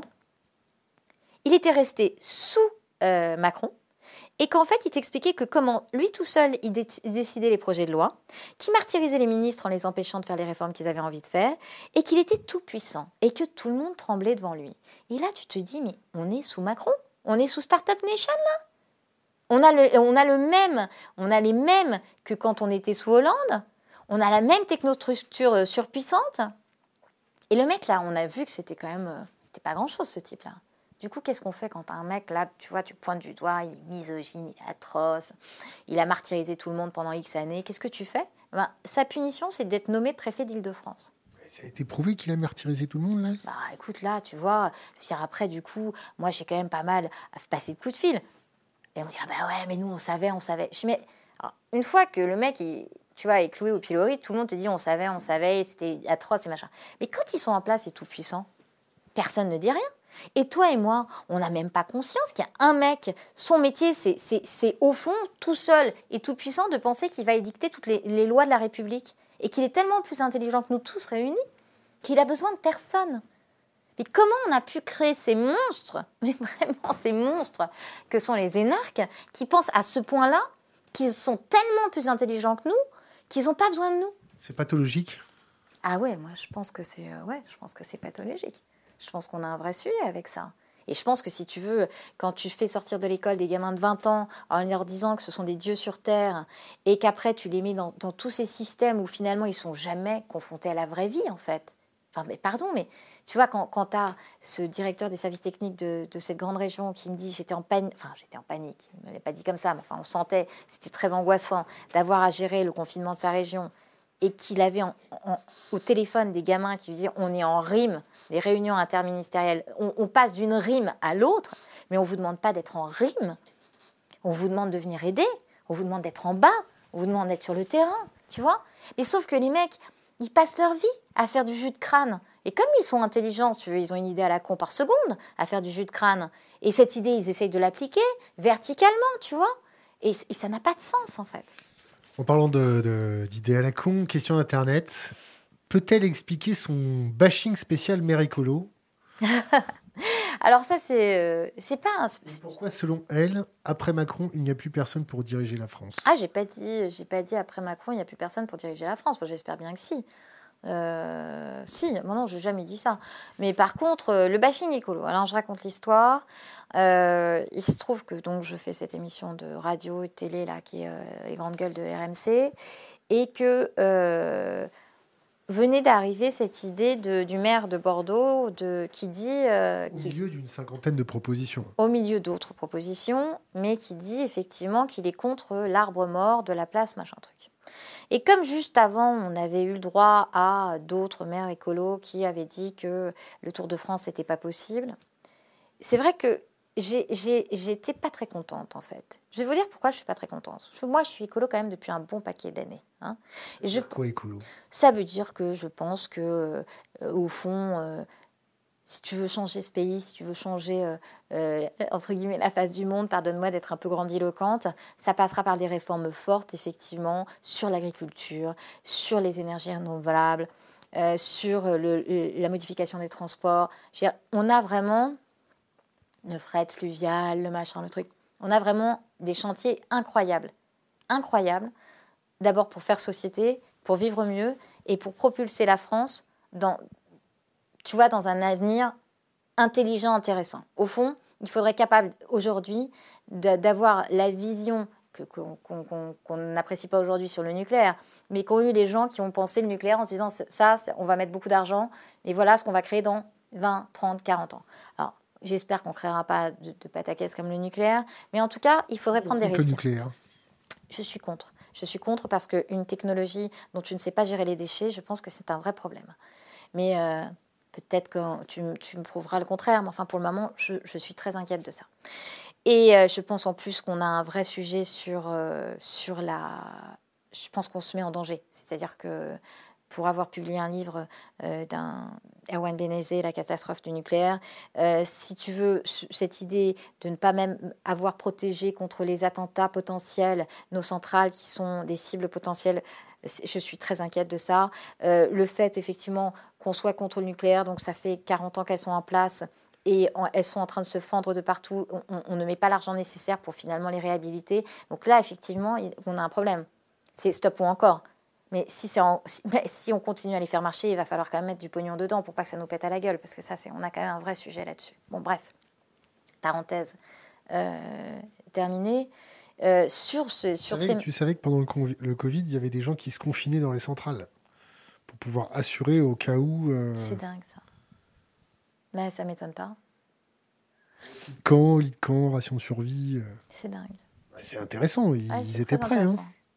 B: Il était resté sous euh, Macron. Et qu'en fait, il t'expliquait que comment lui tout seul, il, dé- il décidait les projets de loi, qu'il martyrisait les ministres en les empêchant de faire les réformes qu'ils avaient envie de faire, et qu'il était tout puissant, et que tout le monde tremblait devant lui. Et là, tu te dis, mais on est sous Macron? On est sous Startup Nation, là? On a, le, on a le même, on a les mêmes que quand on était sous Hollande. On a la même technostructure surpuissante. Et le mec, là, on a vu que c'était quand même... C'était pas grand-chose, ce type-là. Du coup, qu'est-ce qu'on fait quand un mec, là, tu vois, tu pointes du doigt, il est misogyne, il est atroce, il a martyrisé tout le monde pendant X années. Qu'est-ce que tu fais? Ben, sa punition, c'est d'être nommé préfet d'Île-de-France.
A: Ça a été prouvé qu'il a martyrisé tout le monde, là?
B: Bah, écoute, là, tu vois, je veux dire, après, du coup, moi, j'ai quand même pas mal passé de coups de fil. Et on me dit, ah bah ouais, mais nous, on savait, on savait. Je dis, mais alors, une fois que le mec, il, tu vois, est cloué au pilori, tout le monde te dit, on savait, on savait, c'était atroce et machin. Mais quand ils sont en place et tout puissants, personne ne dit rien. Et toi et moi, on n'a même pas conscience qu'il y a un mec, son métier, c'est, c'est, c'est au fond, tout seul et tout puissant, de penser qu'il va édicter toutes les, les lois de la République. Et qu'il est tellement plus intelligent que nous tous réunis, qu'il a besoin de personne. Mais comment on a pu créer ces monstres, mais vraiment ces monstres, que sont les énarques, qui pensent à ce point-là, qu'ils sont tellement plus intelligents que nous, qu'ils n'ont pas besoin de nous?
A: C'est pathologique?
B: Ah ouais, moi je pense que c'est, euh, ouais, je pense que c'est pathologique. Je pense qu'on a un vrai sujet avec ça. Et je pense que si tu veux, quand tu fais sortir de l'école des gamins de vingt ans en leur disant que ce sont des dieux sur Terre et qu'après tu les mets dans, dans tous ces systèmes où finalement ils ne sont jamais confrontés à la vraie vie en fait. Enfin, mais pardon, mais tu vois, quand, quand tu as ce directeur des services techniques de, de cette grande région qui me dit j'étais en panique, enfin j'étais en panique, il ne me l'a pas dit comme ça, mais enfin on sentait, c'était très angoissant d'avoir à gérer le confinement de sa région et qu'il avait en, en, au téléphone des gamins qui lui disaient on est en rime, des réunions interministérielles, on, on passe d'une rime à l'autre, mais on ne vous demande pas d'être en rime, on vous demande de venir aider, on vous demande d'être en bas, on vous demande d'être sur le terrain, tu vois. Mais sauf que les mecs, ils passent leur vie à faire du jus de crâne. Et comme ils sont intelligents, tu veux, ils ont une idée à la con par seconde à faire du jus de crâne. Et cette idée, ils essayent de l'appliquer verticalement, tu vois. Et, et ça n'a pas de sens, en fait.
A: En parlant de, de, d'idées à la con, question d'Internet. Peut-elle expliquer son bashing spécial mère écolo ?
B: Alors ça, c'est, euh, c'est pas un...
A: Et pourquoi, selon elle, après Macron, il n'y a plus personne pour diriger la France ?
B: Ah, j'ai pas dit, j'ai pas dit après Macron, il n'y a plus personne pour diriger la France. Moi, j'espère bien que si. Euh, si, moi non, j'ai jamais dit ça. Mais par contre, euh, le bashing écolo. Alors, je raconte l'histoire. Euh, il se trouve que donc je fais cette émission de radio et de télé là, qui est euh, les grandes gueules de R M C, et que euh, venait d'arriver cette idée de, du maire de Bordeaux de, qui dit... Euh,
A: Au
B: qui,
A: milieu d'une cinquantaine de propositions.
B: Au milieu d'autres propositions, mais qui dit effectivement qu'il est contre l'arbre mort de la place machin truc. Et comme juste avant, on avait eu le droit à d'autres maires écolos qui avaient dit que le Tour de France n'était pas possible, c'est vrai que j'ai, j'ai, j'étais pas très contente, en fait. Je vais vous dire pourquoi je suis pas très contente. Moi, je suis écolo quand même depuis un bon paquet d'années. Hein.
A: Et je, quoi écolo ?
B: Ça veut dire que je pense que, euh, au fond... Euh, si tu veux changer ce pays, si tu veux changer, euh, euh, entre guillemets, la face du monde, pardonne-moi d'être un peu grandiloquente, ça passera par des réformes fortes, effectivement, sur l'agriculture, sur les énergies renouvelables, euh, sur le, le, la modification des transports. Je veux dire, on a vraiment le fret fluvial, le machin, le truc. On a vraiment des chantiers incroyables. Incroyables. D'abord pour faire société, pour vivre mieux et pour propulser la France dans... tu vois, dans un avenir intelligent, intéressant. Au fond, il faudrait être capable aujourd'hui d'avoir la vision que, qu'on, qu'on, qu'on n'apprécie pas aujourd'hui sur le nucléaire, mais qu'ont eu les gens qui ont pensé le nucléaire en se disant ça, on va mettre beaucoup d'argent, et voilà ce qu'on va créer dans vingt, trente, quarante ans. Alors, j'espère qu'on ne créera pas de, de pataquès comme le nucléaire, mais en tout cas, il faudrait prendre des risques.
A: Le nucléaire.
B: Je suis contre. Je suis contre parce qu'une technologie dont tu ne sais pas gérer les déchets, je pense que c'est un vrai problème. Mais... Euh, peut-être que tu, tu me prouveras le contraire, mais enfin, pour le moment, je, je suis très inquiète de ça. Et euh, je pense en plus qu'on a un vrai sujet sur, euh, sur la... Je pense qu'on se met en danger. C'est-à-dire que pour avoir publié un livre euh, d'un Erwan Benezet, La catastrophe du nucléaire, euh, si tu veux, cette idée de ne pas même avoir protégé contre les attentats potentiels nos centrales qui sont des cibles potentielles, je suis très inquiète de ça. Euh, le fait, effectivement, qu'on soit contre le nucléaire, donc ça fait quarante ans qu'elles sont en place et en, elles sont en train de se fendre de partout. On, on, on ne met pas l'argent nécessaire pour finalement les réhabiliter. Donc là, effectivement, on a un problème. C'est stop ou encore. Mais si, c'est en, si, si on continue à les faire marcher, il va falloir quand même mettre du pognon dedans pour pas que ça nous pète à la gueule, parce que ça, c'est, on a quand même un vrai sujet là-dessus. Bon, bref, parenthèse euh, terminée. Euh, sur ce, sur
A: tu, savais,
B: ces...
A: tu savais que pendant le, convi- le Covid, il y avait des gens qui se confinaient dans les centrales pour pouvoir assurer au cas où... Euh...
B: C'est dingue, ça. Mais ça m'étonne pas.
A: Camp, lit de camp, ration de survie... Euh...
B: C'est dingue.
A: Bah, c'est intéressant, ils,
B: ouais,
A: ils
B: c'est
A: étaient prêts. Hein.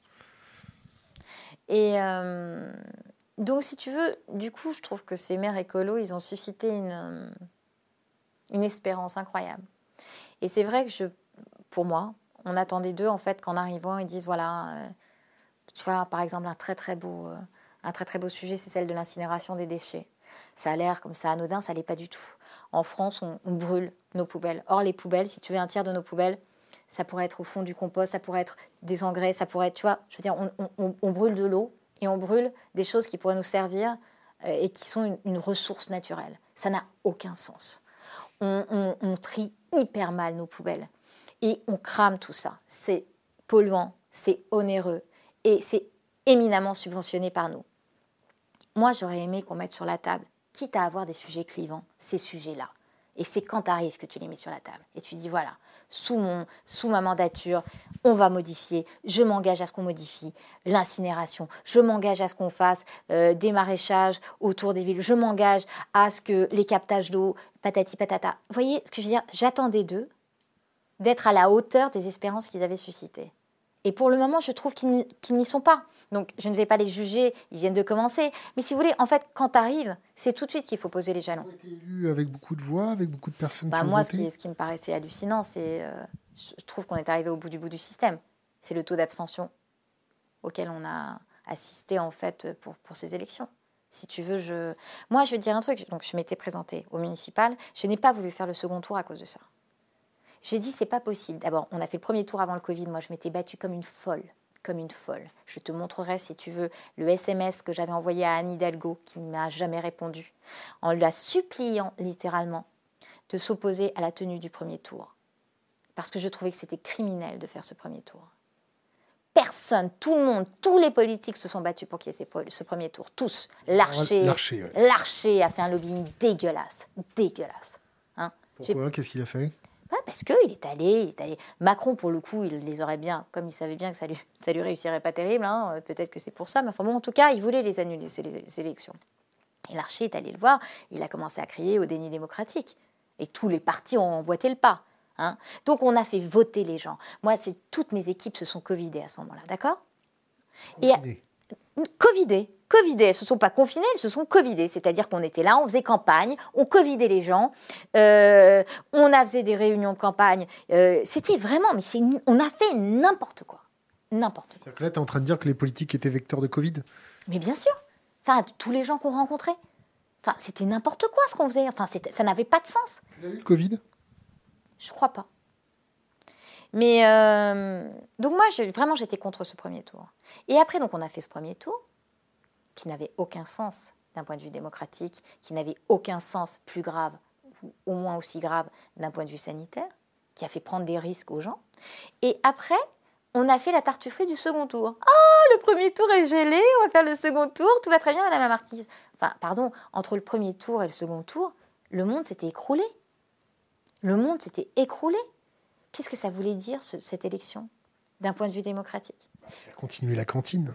B: Et euh, donc, si tu veux, du coup, je trouve que ces maires écolos, ils ont suscité une, une espérance incroyable. Et c'est vrai que, je, pour moi, on attendait d'eux, en fait, qu'en arrivant, ils disent, voilà, euh, tu vois, par exemple, un très, très beau, euh, un très, très beau sujet, c'est celle de l'incinération des déchets. Ça a l'air comme ça anodin, ça ne l'est pas du tout. En France, on, on brûle nos poubelles. Or, les poubelles, si tu veux, un tiers de nos poubelles, ça pourrait être au fond du compost, ça pourrait être des engrais, ça pourrait être, tu vois, je veux dire, on, on, on brûle de l'eau et on brûle des choses qui pourraient nous servir euh, et qui sont une, une ressource naturelle. Ça n'a aucun sens. On, on, on trie hyper mal nos poubelles et on crame tout ça. C'est polluant, c'est onéreux et c'est éminemment subventionné par nous. Moi, j'aurais aimé qu'on mette sur la table, quitte à avoir des sujets clivants, ces sujets-là. Et c'est quand tu arrives que tu les mets sur la table. Et tu dis, voilà, sous, mon, sous ma mandature, on va modifier, je m'engage à ce qu'on modifie l'incinération, je m'engage à ce qu'on fasse euh, des maraîchages autour des villes, je m'engage à ce que les captages d'eau, patati patata. Vous voyez ce que je veux dire? J'attendais d'eux d'être à la hauteur des espérances qu'ils avaient suscitées. Et pour le moment, je trouve qu'ils n'y sont pas. Donc, je ne vais pas les juger, ils viennent de commencer. Mais si vous voulez, en fait, quand tu arrives, c'est tout de suite qu'il faut poser les jalons.
A: Ils ont été élus avec beaucoup de voix, avec beaucoup de personnes
B: bah,
A: qui ont
B: moi,
A: voté.
B: Moi, ce, ce qui me paraissait hallucinant, c'est... Euh, je trouve qu'on est arrivé au bout du bout du système. C'est le taux d'abstention auquel on a assisté, en fait, pour, pour ces élections. Si tu veux, je... Moi, je vais te dire un truc. Donc, je m'étais présentée au municipal. Je n'ai pas voulu faire le second tour à cause de ça. J'ai dit, c'est pas possible. D'abord, on a fait le premier tour avant le Covid. Moi, je m'étais battue comme une folle. Comme une folle. Je te montrerai, si tu veux, le S M S que j'avais envoyé à Anne Hidalgo, qui ne m'a jamais répondu, en la suppliant, littéralement, de s'opposer à la tenue du premier tour. Parce que je trouvais que c'était criminel de faire ce premier tour. Personne, tout le monde, tous les politiques se sont battus pour qu'il y ait ce premier tour. Tous. Larcher,
A: Larcher, ouais.
B: Larcher a fait un lobbying dégueulasse. Dégueulasse. Hein?
A: Pourquoi? Qu'est-ce qu'il a fait?
B: Ouais, parce qu'il est allé, il est allé. Macron, pour le coup, il les aurait bien, comme il savait bien que ça lui, ça lui réussirait pas terrible, hein, peut-être que c'est pour ça, mais enfin bon, en tout cas, il voulait les annuler, ces, ces élections. Et Larcher est allé le voir, il a commencé à crier au déni démocratique. Et tous les partis ont emboîté le pas. Hein. Donc on a fait voter les gens. Moi, c'est, toutes mes équipes se sont covidées à ce moment-là, d'accord? Et covidées. Covidées, elles ne se sont pas confinées, elles se sont covidées. C'est-à-dire qu'on était là, on faisait campagne, on covidait les gens, euh, on a fait des réunions de campagne. Euh, c'était vraiment, mais c'est, on a fait n'importe quoi. N'importe quoi.
A: C'est-à-dire que là, tu es en train de dire que les politiques étaient vecteurs de Covid?
B: Mais bien sûr. Enfin, tous les gens qu'on rencontrait. Enfin, c'était n'importe quoi ce qu'on faisait. Enfin, ça n'avait pas de sens.
A: Tu as eu le Covid?
B: Je crois pas. Mais euh, donc moi, je, vraiment, j'étais contre ce premier tour. Et après, donc, on a fait ce premier tour, qui n'avait aucun sens d'un point de vue démocratique, qui n'avait aucun sens plus grave, ou au moins aussi grave d'un point de vue sanitaire, qui a fait prendre des risques aux gens. Et après, on a fait la tartufferie du second tour. Ah, oh, le premier tour est gelé, on va faire le second tour, tout va très bien, Madame la Marquise. Enfin, pardon, entre le premier tour et le second tour, le monde s'était écroulé. Le monde s'était écroulé. Qu'est-ce que ça voulait dire, ce, cette élection, d'un point de vue démocratique?
A: Continuer la cantine.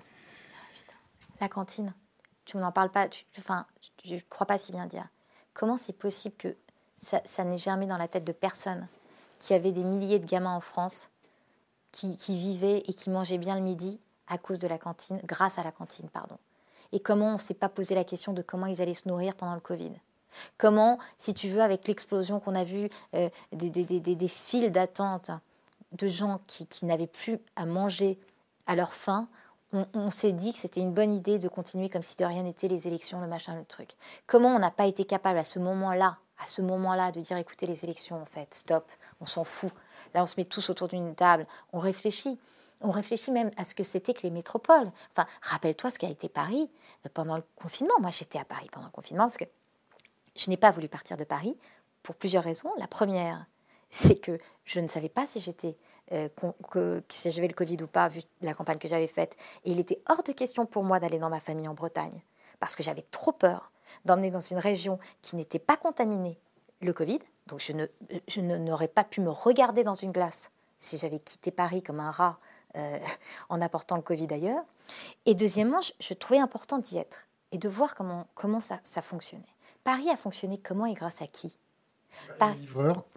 B: La cantine, tu n'en parles pas, tu, enfin, je ne crois pas si bien dire. Comment c'est possible que ça, ça n'ait germé dans la tête de personne, qui avait des milliers de gamins en France, qui, qui vivaient et qui mangeaient bien le midi à cause de la cantine, grâce à la cantine, pardon. Et comment on ne s'est pas posé la question de comment ils allaient se nourrir pendant le Covid? Comment, si tu veux, avec l'explosion qu'on a vue, euh, des, des, des, des files d'attente de gens qui, qui n'avaient plus à manger à leur faim, on, on s'est dit que c'était une bonne idée de continuer comme si de rien n'était, les élections, le machin, le truc. Comment on n'a pas été capable à ce moment-là, à ce moment-là, de dire, écoutez, les élections, en fait, stop, on s'en fout. Là, on se met tous autour d'une table, on réfléchit. On réfléchit même à ce que c'était que les métropoles. Enfin, rappelle-toi ce qu'a été Paris pendant le confinement. Moi, j'étais à Paris pendant le confinement parce que je n'ai pas voulu partir de Paris pour plusieurs raisons. La première, c'est que je ne savais pas si j'étais euh, que, si j'avais le Covid ou pas, vu la campagne que j'avais faite. Et il était hors de question pour moi d'aller dans ma famille en Bretagne, parce que j'avais trop peur d'emmener dans une région qui n'était pas contaminée le Covid. Donc je, ne, je n'aurais pas pu me regarder dans une glace si j'avais quitté Paris comme un rat euh, en apportant le Covid ailleurs. Et deuxièmement, je, je trouvais important d'y être et de voir comment, comment ça, ça fonctionnait. Paris a fonctionné comment et grâce à qui?
A: Par... Les livreurs,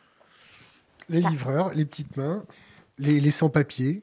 A: les, Par... livreurs, les petites mains, les, les sans-papiers.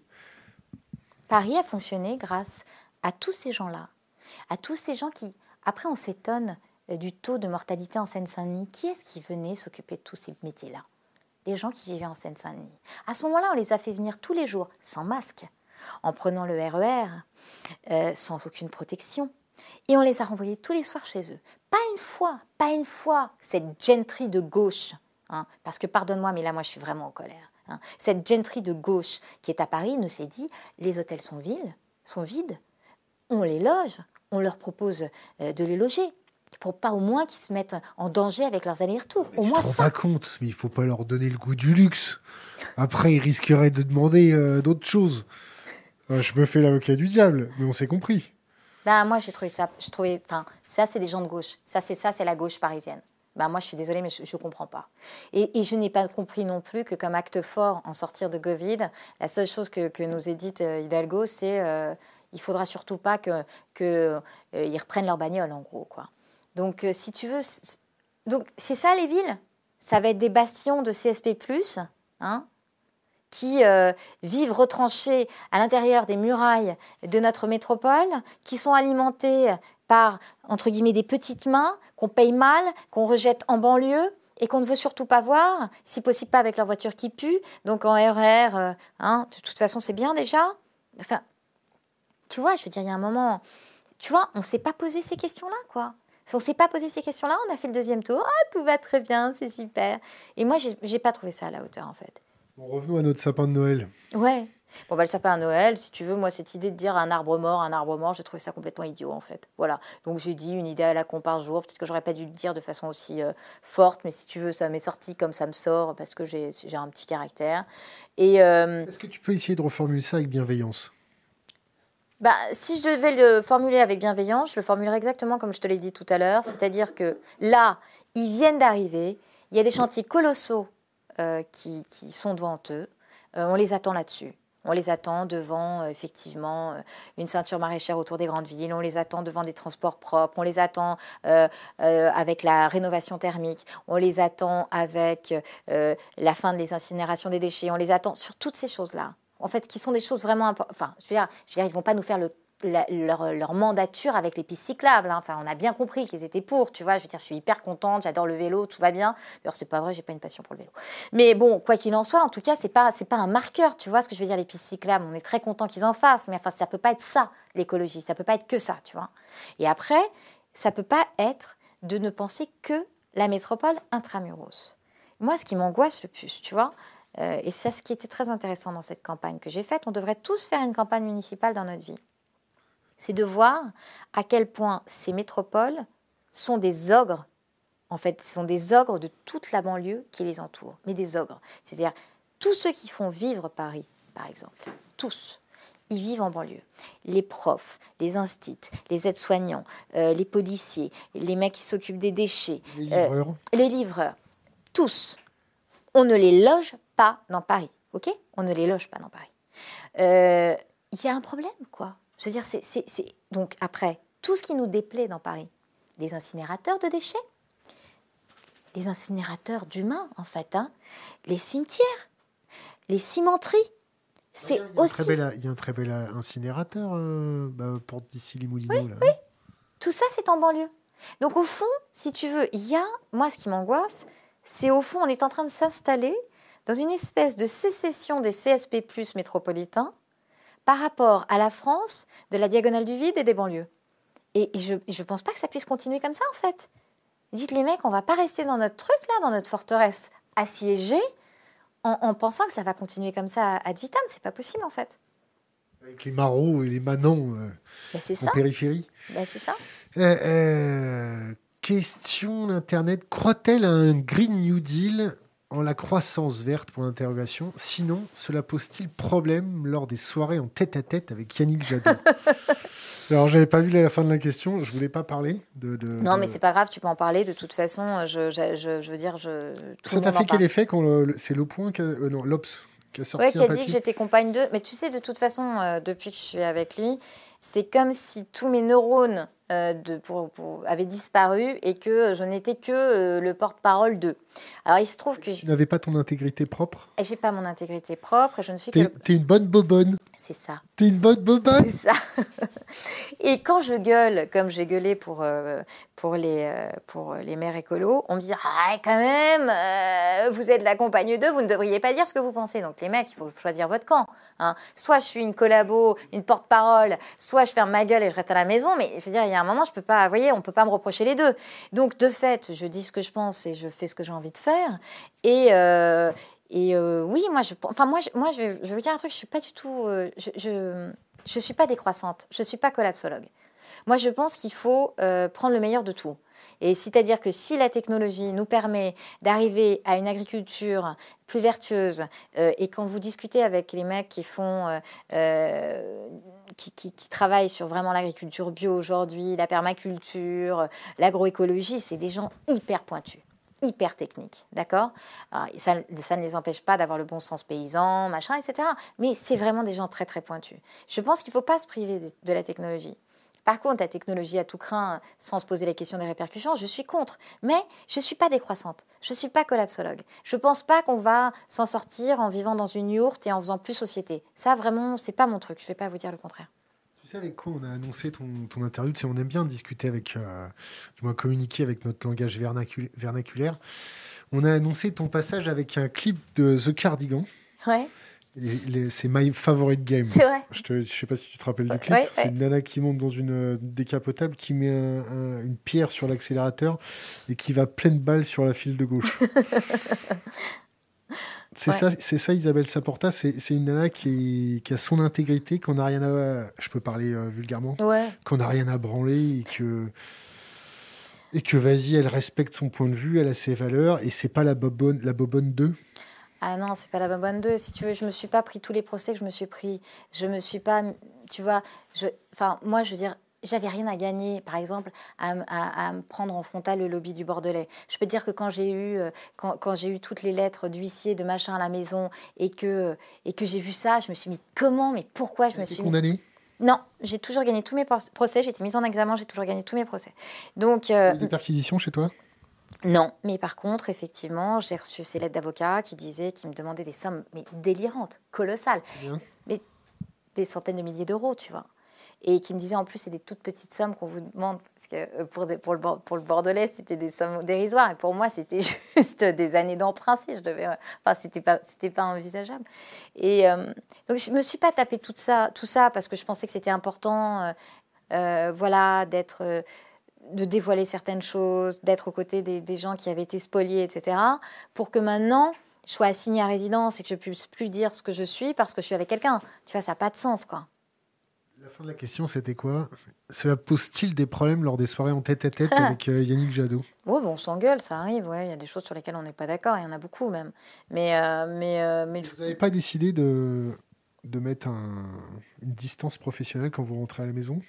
B: Paris a fonctionné grâce à tous ces gens-là, à tous ces gens qui... Après, on s'étonne du taux de mortalité en Seine-Saint-Denis. Qui est-ce qui venait s'occuper de tous ces métiers-là? Les gens qui vivaient en Seine-Saint-Denis. À ce moment-là, on les a fait venir tous les jours, sans masque, en prenant le R E R, euh, sans aucune protection. Et on les a renvoyés tous les soirs chez eux. Pas une fois, pas une fois, cette gentry de gauche, hein, parce que pardonne-moi, mais là, moi, je suis vraiment en colère. Hein, cette gentry de gauche qui est à Paris ne s'est dit, les hôtels sont vides, sont vides, on les loge, on leur propose euh, de les loger, pour pas au moins qu'ils se mettent en danger avec leurs allers-retours. Au moins ça. Tu te
A: rends pas compte, mais il faut pas leur donner le goût du luxe. Après, ils risqueraient de demander euh, d'autres choses. Euh, je me fais l'avocat du diable, mais on s'est compris.
B: Ben, moi, j'ai trouvé ça... Je trouvais, enfin, ça, c'est des gens de gauche. Ça, c'est ça, c'est la gauche parisienne. Ben moi, je suis désolée, mais je ne comprends pas. Et, et je n'ai pas compris non plus que comme acte fort en sortir de Covid, la seule chose que, que nous ait dite Hidalgo, c'est euh, il ne faudra surtout pas qu'ils que, euh, reprennent leur bagnole, en gros, quoi. Donc, euh, si tu veux... C'est, donc, c'est ça, les villes ? Ça va être des bastions de C S P plus, hein, qui euh, vivent retranchés à l'intérieur des murailles de notre métropole, qui sont alimentés par, entre guillemets, des petites mains qu'on paye mal, qu'on rejette en banlieue et qu'on ne veut surtout pas voir, si possible pas avec leur voiture qui pue, donc en R E R, euh, hein, de toute façon c'est bien déjà. Enfin, tu vois, je veux dire, il y a un moment, tu vois, on ne s'est pas posé ces questions-là, quoi. On ne s'est pas posé ces questions-là, on a fait le deuxième tour, ah, tout va très bien, c'est super. Et moi, j'ai, j'ai pas trouvé ça à la hauteur, en fait.
A: Bon, revenons à notre sapin de Noël.
B: Ouais. Bon, bah, le sapin à Noël, si tu veux, moi, cette idée de dire un arbre mort, un arbre mort, j'ai trouvé ça complètement idiot, en fait. Voilà. Donc, j'ai dit une idée à la con par jour. Peut-être que j'aurais pas dû le dire de façon aussi euh, forte, mais si tu veux, ça m'est sorti comme ça me sort, parce que j'ai, j'ai un petit caractère. Et, euh,
A: Est-ce que tu peux essayer de reformuler ça avec bienveillance ?
B: Bah, si je devais le formuler avec bienveillance, je le formulerais exactement comme je te l'ai dit tout à l'heure. C'est-à-dire que là, ils viennent d'arriver. Il y a des chantiers colossaux euh, qui, qui sont devant eux. Euh, on les attend là-dessus. On les attend devant, euh, effectivement, euh, une ceinture maraîchère autour des grandes villes. On les attend devant des transports propres. On les attend euh, euh, avec la rénovation thermique. On les attend avec euh, la fin des incinérations des déchets. On les attend sur toutes ces choses-là. En fait, qui sont des choses vraiment importantes. Enfin, je veux dire, je veux dire ils ne vont pas nous faire le, la, leur, leur mandature avec les pistes cyclables. Hein. Enfin, on a bien compris qu'ils étaient pour, tu vois. Je veux dire, je suis hyper contente, j'adore le vélo, tout va bien. D'ailleurs, c'est pas vrai, j'ai pas une passion pour le vélo. Mais bon, quoi qu'il en soit, en tout cas, c'est pas, c'est pas un marqueur, tu vois ce que je veux dire, les pistes cyclables. On est très content qu'ils en fassent, mais enfin, ça peut pas être ça, l'écologie. Ça peut pas être que ça, tu vois. Et après, ça peut pas être de ne penser que la métropole intramuros. Moi, ce qui m'angoisse le plus, tu vois, Euh, et c'est ce qui était très intéressant dans cette campagne que j'ai faite. On devrait tous faire une campagne municipale dans notre vie. C'est de voir à quel point ces métropoles sont des ogres. En fait, sont des ogres de toute la banlieue qui les entoure. Mais des ogres. C'est-à-dire, tous ceux qui font vivre Paris, par exemple, tous, ils vivent en banlieue. Les profs, les instits, les aides-soignants, euh, les policiers, les mecs qui s'occupent des déchets.
A: Les livreurs.
B: Euh, les livreurs. Tous. On ne les loge pas dans Paris, ok ? On ne les loge pas dans Paris. Il euh, y a un problème, quoi. Je veux dire, c'est, c'est, c'est... Donc, après, tout ce qui nous déplaît dans Paris, les incinérateurs de déchets, les incinérateurs d'humains, en fait, hein, les cimetières, les cimenteries, c'est
A: il y a
B: aussi...
A: Bel, il y a un très bel incinérateur euh, bah, porte d'ici les Moulineaux.
B: Oui,
A: là.
B: oui. Tout ça, c'est en banlieue. Donc, au fond, si tu veux, il y a... Moi, ce qui m'angoisse, c'est au fond, on est en train de s'installer dans une espèce de sécession des C S P plus métropolitains par rapport à la France de la diagonale du vide et des banlieues. Et je ne pense pas que ça puisse continuer comme ça, en fait. Dites les mecs, on ne va pas rester dans notre truc, là, dans notre forteresse assiégée, en, en pensant que ça va continuer comme ça ad vitam. C'est pas possible, en fait.
A: Avec les marauds et les manants euh,
B: ben, c'est
A: en
B: ça.
A: périphérie.
B: Ben, c'est ça.
A: Euh, euh, question d'Internet. Croit-elle à un Green New Deal en la croissance verte, point d'interrogation. Sinon, cela pose-t-il problème lors des soirées en tête-à-tête avec Yannick Jadot? Alors, j'avais pas vu la fin de la question, je voulais pas parler de... de
B: non,
A: de...
B: mais c'est pas grave, tu peux en parler. De toute façon, je, je, je, je veux dire... Je, tout
A: Ça t'a fait quel effet quand le, c'est Le Point, qui a, euh, non, l'Obs, qui a sorti
B: ouais, qui
A: un
B: a
A: papier.
B: dit que j'étais compagne d'eux. Mais tu sais, de toute façon, euh, depuis que je suis avec lui, c'est comme si tous mes neurones euh, de, pour, pour, avaient disparu et que je n'étais que euh, le porte-parole d'eux. Alors, il se trouve que...
A: Tu n'avais pas ton intégrité propre.
B: Et j'ai pas mon intégrité propre et je ne suis
A: t'es,
B: que...
A: T'es une bonne bobonne.
B: C'est ça.
A: T'es une bonne bobonne.
B: C'est ça. Et quand je gueule, comme j'ai gueulé pour, euh, pour, les, euh, pour les maires écolos, on me dit « Ah, quand même, euh, vous êtes la compagne d'eux, vous ne devriez pas dire ce que vous pensez. » Donc les mecs, il faut choisir votre camp. Hein. Soit je suis une collabo, une porte-parole, soit je ferme ma gueule et je reste à la maison. Mais je veux dire, il y a un moment, je peux pas, vous voyez, on ne peut pas me reprocher les deux. Donc de fait, je dis ce que je pense et je fais ce que j'ai envie de faire. Et... Euh, Et euh, oui, moi, je, enfin, moi, je, moi je, vais, je vais vous dire un truc, je ne suis pas du tout... Euh, je, je, je suis pas décroissante, je ne suis pas collapsologue. Moi, je pense qu'il faut euh, prendre le meilleur de tout. Et c'est-à-dire que si la technologie nous permet d'arriver à une agriculture plus vertueuse, euh, et quand vous discutez avec les mecs qui font, euh, euh, qui, qui, qui travaillent sur vraiment l'agriculture bio aujourd'hui, la permaculture, l'agroécologie, c'est des gens hyper pointus, hyper techniques, d'accord ? Alors, ça, ça ne les empêche pas d'avoir le bon sens paysan, machin, et cetera. Mais c'est vraiment des gens très très pointus. Je pense qu'il ne faut pas se priver de, de la technologie. Par contre, la technologie à tout crin, sans se poser la question des répercussions, je suis contre. Mais je ne suis pas décroissante. Je ne suis pas collapsologue. Je ne pense pas qu'on va s'en sortir en vivant dans une yourte et en faisant plus société. Ça, vraiment, ce n'est pas mon truc. Je ne vais pas vous dire le contraire.
A: Tu sais avec quoi on a annoncé ton, ton interview? Tu sais, on aime bien discuter avec, euh, du moins communiquer avec notre langage vernacul- vernaculaire. On a annoncé ton passage avec un clip de The Cardigans.
B: Ouais.
A: Et les- C'est My Favorite Game.
B: C'est vrai.
A: Je ne sais pas si tu te rappelles du clip.
B: Ouais,
A: c'est
B: ouais.
A: une nana qui monte dans une euh, décapotable, qui met un- un- une pierre sur l'accélérateur et qui va pleine balle sur la file de gauche. C'est
B: Ouais.
A: ça, c'est ça, Isabelle Saporta. C'est c'est une nana qui, est- qui a son intégrité, qu'on n'a rien à. Je peux parler euh, vulgairement.
B: Ouais.
A: Qu'on n'a rien à branler et que. Et que vas-y, elle respecte son point de vue, elle a ses valeurs et c'est pas la bobonne, la bobonne d'eux.
B: Ah non, c'est pas la bonne deux. Si tu veux, je me suis pas pris tous les procès que je me suis pris. Je me suis pas, tu vois, je, enfin, moi, je veux dire, j'avais rien à gagner, par exemple, à, m- à, à me prendre en frontal le lobby du Bordelais. Je peux te dire que quand j'ai eu, euh, quand, quand j'ai eu toutes les lettres d'huissier, de machin à la maison, et que, et que j'ai vu ça, je me suis mis comment, mais pourquoi je me
A: T'es
B: suis mis...
A: condamnée.
B: Non, j'ai toujours gagné tous mes por- procès. J'ai été mise en examen, j'ai toujours gagné tous mes procès. Donc, euh,
A: Des perquisitions chez toi?
B: non, mais par contre, effectivement, j'ai reçu ces lettres d'avocats qui disaient, qui me demandaient des sommes mais délirantes, colossales,
A: Bien.
B: mais des centaines de milliers d'euros, tu vois. Et qui me disaient en plus, c'est des toutes petites sommes qu'on vous demande, parce que euh, pour, des- pour, le, Bor- pour le Bordelais, c'était des sommes dérisoires, et pour moi, c'était juste des années d'emprunt, si je devais... Enfin, c'était pas, c'était pas envisageable. Et euh, donc, je me suis pas tapé tout ça, tout ça parce que je pensais que c'était important, euh, euh, voilà, d'être... euh, de dévoiler certaines choses, d'être aux côtés des, des gens qui avaient été spoliés, et cetera, pour que maintenant, je sois assignée à résidence et que je puisse plus dire ce que je suis parce que je suis avec quelqu'un. Tu vois, ça n'a pas de sens, quoi.
A: La fin de la question, c'était quoi? Cela pose-t-il des problèmes lors des soirées en tête-à-tête avec euh, Yannick Jadot?
B: Ouais, bon, on s'engueule, ça arrive, ouais. Il y a des choses sur lesquelles on n'est pas d'accord, il y en a beaucoup même. Mais, euh, mais, euh, mais
A: Vous n'avez pas décidé de, de mettre un- une distance professionnelle quand vous rentrez à la maison?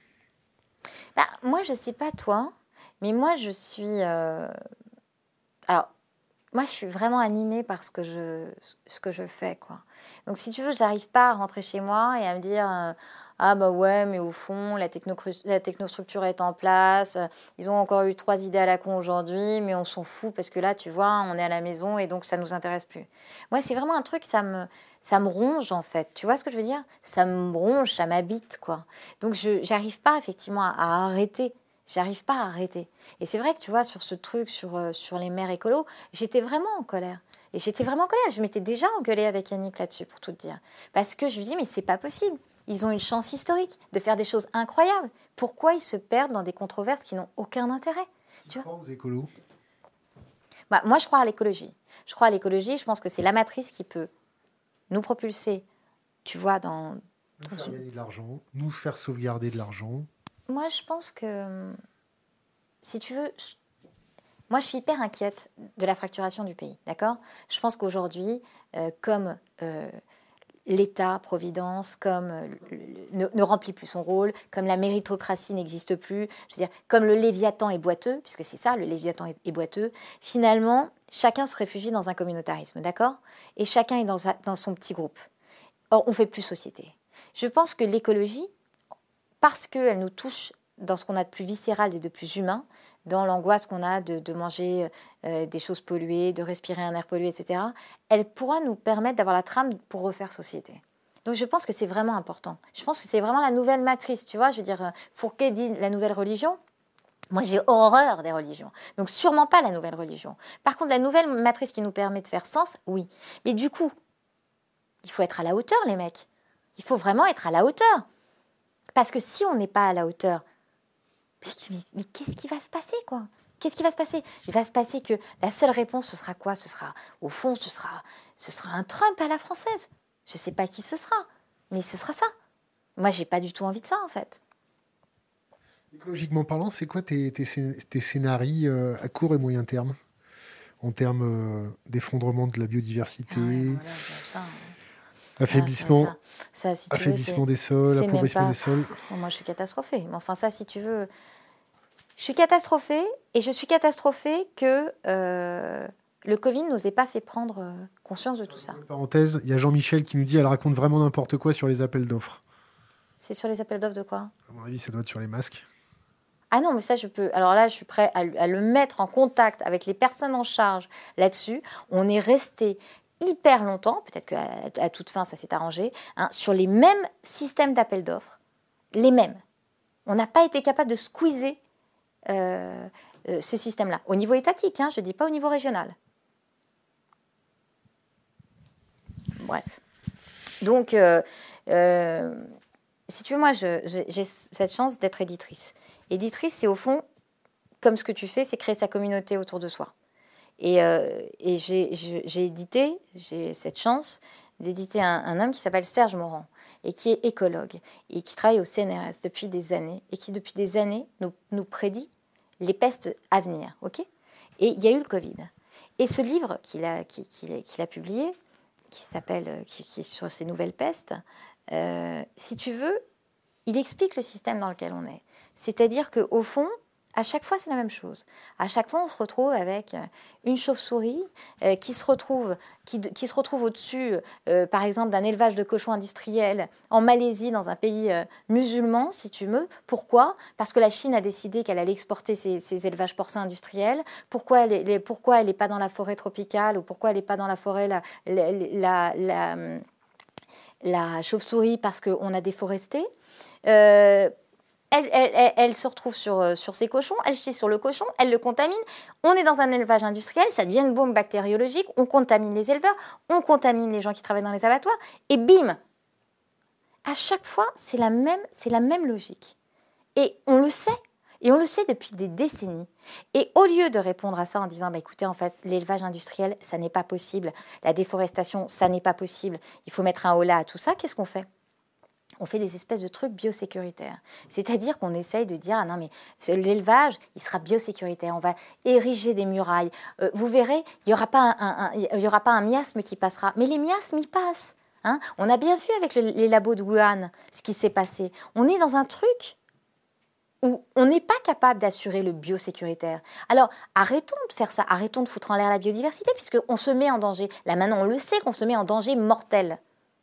B: bah, moi, je sais pas toi, mais moi, je suis... euh, Alors, moi, je suis vraiment animée par ce que je, ce que je fais, quoi. Donc, si tu veux, j'arrive pas à rentrer chez moi et à me dire euh, ah bah ouais, mais au fond, la, technocru- la technostructure est en place. euh, Ils ont encore eu trois idées à la con aujourd'hui, mais on s'en fout parce que là, tu vois, on est à la maison et donc ça nous intéresse plus. Moi, c'est vraiment un truc, ça me, ça me ronge en fait. Tu vois ce que je veux dire? Ça me ronge, ça m'habite, quoi. Donc, je j'arrive pas effectivement à, à arrêter. J'arrive pas à arrêter. Et c'est vrai que tu vois, sur ce truc, sur, euh, sur les mères écolos, j'étais vraiment en colère. Et j'étais vraiment en colère. Je m'étais déjà engueulée avec Yannick là-dessus, pour tout te dire. Parce que je lui dis, mais c'est pas possible. Ils ont une chance historique de faire des choses incroyables. Pourquoi ils se perdent dans des controverses qui n'ont aucun intérêt?
A: Tu crois aux écolos?
B: Bah, moi, je crois à l'écologie. Je crois à l'écologie. Je pense que c'est la matrice qui peut nous propulser, tu vois, dans...
A: Nous
B: dans
A: faire
B: une-
A: gagner de l'argent, nous faire sauvegarder de l'argent.
B: Moi, je pense que, si tu veux, je- moi, je suis hyper inquiète de la fracturation du pays, d'accord? Je pense qu'aujourd'hui, euh, comme euh, l'État-providence, comme euh, le- le- ne, ne remplit plus son rôle, comme la méritocratie n'existe plus, je veux dire, comme le Léviathan est boiteux, puisque c'est ça, le Léviathan est, est boiteux, finalement, chacun se réfugie dans un communautarisme, d'accord? Et chacun est dans, sa- dans son petit groupe. Or, on ne fait plus société. Je pense que l'écologie, parce qu'elle nous touche dans ce qu'on a de plus viscéral et de plus humain, dans l'angoisse qu'on a de, de manger euh, des choses polluées, de respirer un air pollué, et cetera, elle pourra nous permettre d'avoir la trame pour refaire société. Donc je pense que c'est vraiment important. Je pense que c'est vraiment la nouvelle matrice, tu vois. Je veux dire, euh, Fourquet dit la nouvelle religion. Moi, j'ai horreur des religions. Donc sûrement pas la nouvelle religion. Par contre, la nouvelle matrice qui nous permet de faire sens, oui. Mais du coup, il faut être à la hauteur, les mecs. Il faut vraiment être à la hauteur. Parce que si on n'est pas à la hauteur, mais, mais- mais qu'est-ce qui va se passer, quoi? Qu'est-ce qui va se passer? Il va se passer que la seule réponse, ce sera quoi? Ce sera, au fond, ce sera, ce sera un Trump à la française. Je ne sais pas qui ce sera, mais ce sera ça. Moi, j'ai pas du tout envie de ça, en fait.
A: Écologiquement parlant, c'est quoi tes, tes, tes scénarios euh, à court et moyen terme en termes euh, d'effondrement de la biodiversité,
B: Ah ouais, voilà, ça, hein.
A: affaiblissement,
B: Ah, ça, ça, si tu veux,
A: affaiblissement
B: c'est,
A: des sols,
B: c'est même
A: appauvrissement
B: pas...
A: des sols.
B: Pff, moi, je suis catastrophée. Mais enfin, ça, si tu veux... Je suis catastrophée et je suis catastrophée que euh, le Covid ne nous ait pas fait prendre euh, conscience de tout ça.
A: Parenthèse, il y a Jean-Michel qui nous dit elle raconte vraiment n'importe quoi sur les appels d'offres.
B: C'est sur les appels d'offres de quoi?
A: À mon avis, ça doit être sur les masques.
B: Ah non, mais ça, je peux... Alors là, je suis prêt à, à le mettre en contact avec les personnes en charge là-dessus. On est resté hyper longtemps, peut-être qu'à à toute fin, ça s'est arrangé, hein, sur les mêmes systèmes d'appels d'offres. Les mêmes. On n'a pas été capable de squeezer euh, euh, ces systèmes-là. Au niveau étatique, hein, je ne dis pas au niveau régional. Bref. Donc, euh, euh, si tu veux, moi, je, j'ai, j'ai cette chance d'être éditrice. Éditrice, c'est au fond, comme ce que tu fais, c'est créer sa communauté autour de soi. Et, euh, et j'ai, j'ai, j'ai édité, j'ai cette chance d'éditer un, un homme qui s'appelle Serge Morand et qui est écologue et qui travaille au C N R S depuis des années et qui, depuis des années, nous, nous prédit les pestes à venir. Okay, et il y a eu le Covid. Et ce livre qu'il a, qu'il, qu'il, qu'il a publié, qui s'appelle, qui, qui est sur ces nouvelles pestes, euh, si tu veux, il explique le système dans lequel on est. C'est-à-dire qu'au fond, à chaque fois, c'est la même chose. À chaque fois, on se retrouve avec une chauve-souris euh, qui se retrouve, qui, qui se retrouve au-dessus, euh, par exemple, d'un élevage de cochons industriels en Malaisie, dans un pays euh, musulman, si tu veux. Pourquoi ? Parce que la Chine a décidé qu'elle allait exporter ses, ses élevages porcins industriels. Pourquoi elle n'est pourquoi elle est pas dans la forêt tropicale ou pourquoi elle n'est pas dans la forêt la, la, la, la, la chauve-souris parce qu'on a déforesté euh, Elle, elle, elle, elle se retrouve sur, sur ses cochons, elle chie sur le cochon, elle le contamine. On est dans un élevage industriel, ça devient une bombe bactériologique, on contamine les éleveurs, on contamine les gens qui travaillent dans les abattoirs, et bim! À chaque fois, c'est la même, c'est la même logique. Et on le sait, et on le sait depuis des décennies. Et au lieu de répondre à ça en disant, bah, écoutez, en fait, l'élevage industriel, ça n'est pas possible, la déforestation, ça n'est pas possible, il faut mettre un holà à tout ça, qu'est-ce qu'on fait ? On fait des espèces de trucs biosécuritaires. C'est-à-dire qu'on essaye de dire, ah non, mais l'élevage, il sera biosécuritaire. On va ériger des murailles. Euh, vous verrez, il n'y aura pas un, un, un, il y aura pas un miasme qui passera. Mais les miasmes, ils passent. Hein, on a bien vu avec le, les labos de Wuhan ce qui s'est passé. On est dans un truc où on n'est pas capable d'assurer le biosécuritaire. Alors, arrêtons de faire ça. Arrêtons de foutre en l'air la biodiversité, puisqu'on se met en danger. Là, maintenant, on le sait qu'on se met en danger mortel.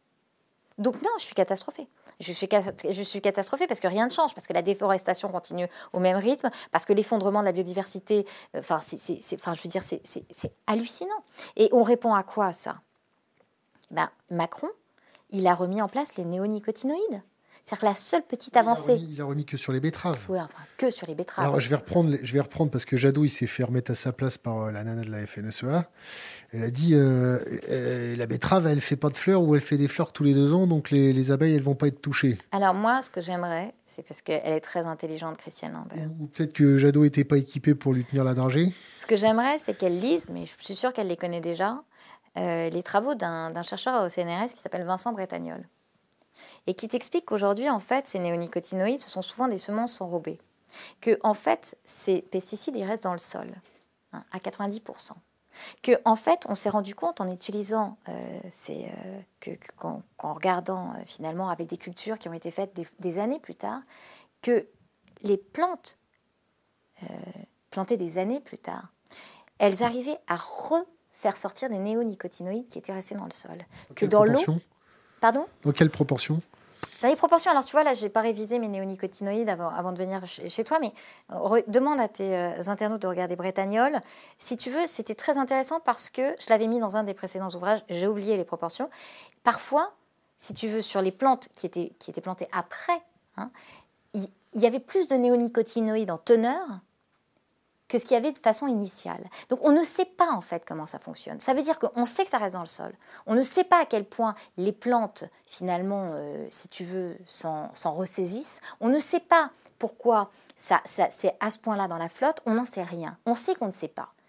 B: Donc non, je suis catastrophée. Je suis, je suis catastrophée parce que rien ne change, parce que la déforestation continue au même rythme, parce que l'effondrement de la biodiversité, enfin, c'est, c'est, c'est, enfin je veux dire, c'est, c'est, c'est hallucinant. Et on répond à quoi, ça ? Ben, Macron, il a remis en place les néonicotinoïdes. C'est-à-dire que la seule petite avancée...
A: Il a remis, il a remis que sur les betteraves.
B: Oui, enfin, que sur les betteraves.
A: Alors, je vais reprendre, je vais reprendre parce que Jadot, il s'est fait remettre à sa place par la nana de la F N S E A. Elle a dit, euh, euh, la betterave, elle fait pas de fleurs ou elle fait des fleurs tous les deux ans, donc les, les abeilles, elles vont pas être touchées.
B: Alors moi, ce que j'aimerais, c'est parce qu'elle est très intelligente, Christiane Lambert.
A: Ou peut-être que Jadot était pas équipé pour lui tenir la dragée.
B: Ce que j'aimerais, c'est qu'elle lise, mais je suis sûre qu'elle les connaît déjà, euh, les travaux d'un, d'un chercheur au C N R S qui s'appelle Vincent Bretagnol. Et qui t'explique qu'aujourd'hui, en fait, ces néonicotinoïdes, ce sont souvent des semences enrobées. Que, en fait, ces pesticides, ils restent dans le sol, hein, à quatre-vingt-dix pour cent. Que, en fait, on s'est rendu compte en utilisant, euh, ces, euh, que, que, qu'en, qu'en regardant euh, finalement avec des cultures qui ont été faites des, des années plus tard, que les plantes, euh, plantées des années plus tard, elles arrivaient à refaire sortir des néonicotinoïdes qui étaient restés dans le sol.
A: Dans
B: que dans
A: proportion
B: l'eau... Pardon ?
A: Dans quelle proportion ?
B: Dans les proportions, alors tu vois, là, je n'ai pas révisé mes néonicotinoïdes avant, avant de venir chez, chez toi, mais re, demande à tes euh, internautes de regarder Bretagnol. Si tu veux, c'était très intéressant parce que je l'avais mis dans un des précédents ouvrages, j'ai oublié les proportions. Parfois, si tu veux, sur les plantes qui étaient, qui étaient plantées après, hein, il, il y avait plus de néonicotinoïdes en teneur que ce qu'il y avait de façon initiale. Donc on ne sait pas en fait comment ça fonctionne. Ça veut dire qu'on sait que ça reste dans le sol. On ne sait pas à quel point les plantes, finalement, euh, si tu veux, s'en, s'en ressaisissent. On ne sait pas pourquoi ça, ça, c'est à ce point-là dans la flotte. On n'en sait rien. On sait qu'on ne sait pas.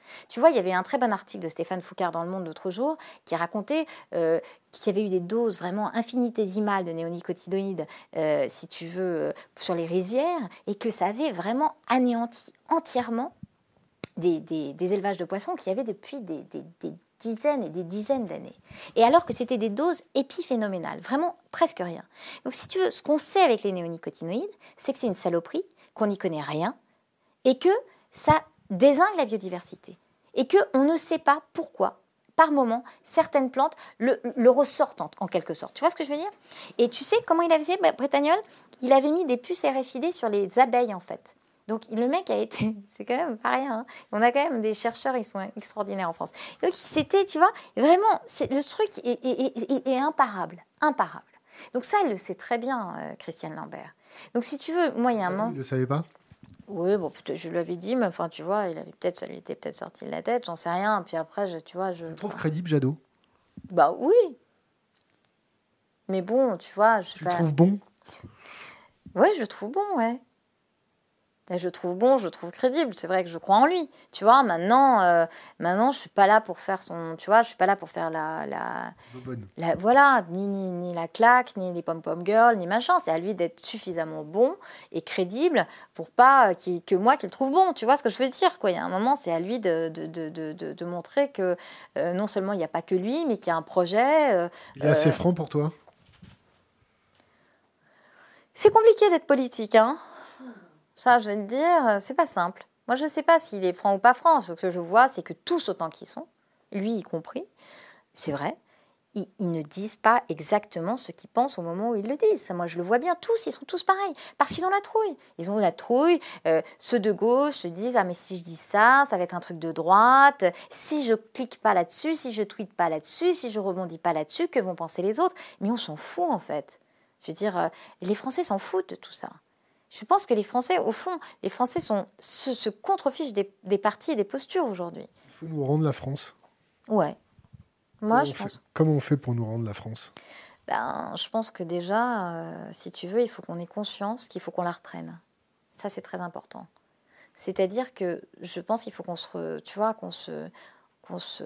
B: Tu vois, il y avait un très bon article de Stéphane Foucard dans Le Monde l'autre jour qui racontait euh, qu'il y avait eu des doses vraiment infinitésimales de néonicotinoïdes, euh, si tu veux, euh, sur les rizières, et que ça avait vraiment anéanti entièrement des, des, des élevages de poissons qu'il y avait depuis des, des, des dizaines et des dizaines d'années. Et alors que c'était des doses épiphénoménales, vraiment presque rien. Donc si tu veux, ce qu'on sait avec les néonicotinoïdes, c'est que c'est une saloperie, qu'on n'y connaît rien, et que ça dézingue la biodiversité. Et qu'on ne sait pas pourquoi, par moment, certaines plantes le, le ressortent en, en quelque sorte. Tu vois ce que je veux dire? Et tu sais comment il avait fait, Bretagnol? Il avait mis des puces R F I D sur les abeilles, en fait. Donc le mec a été, c'est quand même pas rien, hein. On a quand même des chercheurs, ils sont extraordinaires en France. Donc c'était, tu vois, vraiment, c'est, le truc est, est, est, est imparable, imparable. Donc ça, elle le sait très bien, euh, Christiane Lambert. Donc si tu veux, moi, il y a un moment...
A: Il ne le savait pas?
B: Oui, bon, je lui avais dit, mais enfin, tu vois, il avait peut-être, ça lui était peut-être sorti de la tête, j'en sais rien. Puis après, je, tu vois, je...
A: Tu trouves crédible, Jadot?
B: Bah oui. Mais bon, tu vois, je sais
A: tu
B: pas...
A: le trouves bon?
B: Ouais, je le trouve bon, ouais. Et je le trouve bon, je le trouve crédible. C'est vrai que je crois en lui. Tu vois, maintenant, euh, maintenant, je suis pas là pour faire son. Tu vois, je suis pas là pour faire la, la, la voilà, ni, ni ni la claque, ni les pom pom girls, ni machin. C'est à lui d'être suffisamment bon et crédible pour pas qu'il, que moi qu'il le trouve bon. Tu vois ce que je veux dire, quoi. Il y a un moment, c'est à lui de de, de, de, de, de montrer que euh, non seulement il n'y a pas que lui, mais qu'il y a un projet. Euh,
A: il est assez euh... franc pour toi?
B: C'est compliqué d'être politique, hein. Ça, je vais te dire, c'est pas simple. Moi, je ne sais pas s'il est franc ou pas franc. Ce que je vois, c'est que tous autant qu'ils sont, lui y compris, c'est vrai, ils, ils ne disent pas exactement ce qu'ils pensent au moment où ils le disent. Ça, moi, je le vois bien. Tous, ils sont tous pareils. Parce qu'ils ont la trouille. Ils ont la trouille. Euh, ceux de gauche se disent, ah, mais si je dis ça, ça va être un truc de droite. Si je clique pas là-dessus, si je tweete pas là-dessus, si je rebondis pas là-dessus, que vont penser les autres? Mais on s'en fout, en fait. Je veux dire, euh, les Français s'en foutent de tout ça. Je pense que les Français, au fond, les Français sont, se, se contrefichent des, des partis et des postures aujourd'hui.
A: Il faut nous rendre la France.
B: Ouais. Moi,
A: comment
B: je
A: on
B: pense.
A: Fait, comment on fait pour nous rendre la France?
B: Ben, je pense que déjà, euh, si tu veux, il faut qu'on ait conscience qu'il faut qu'on la reprenne. Ça, c'est très important. C'est-à-dire que je pense qu'il faut qu'on se, tu vois, qu'on se, qu'on se,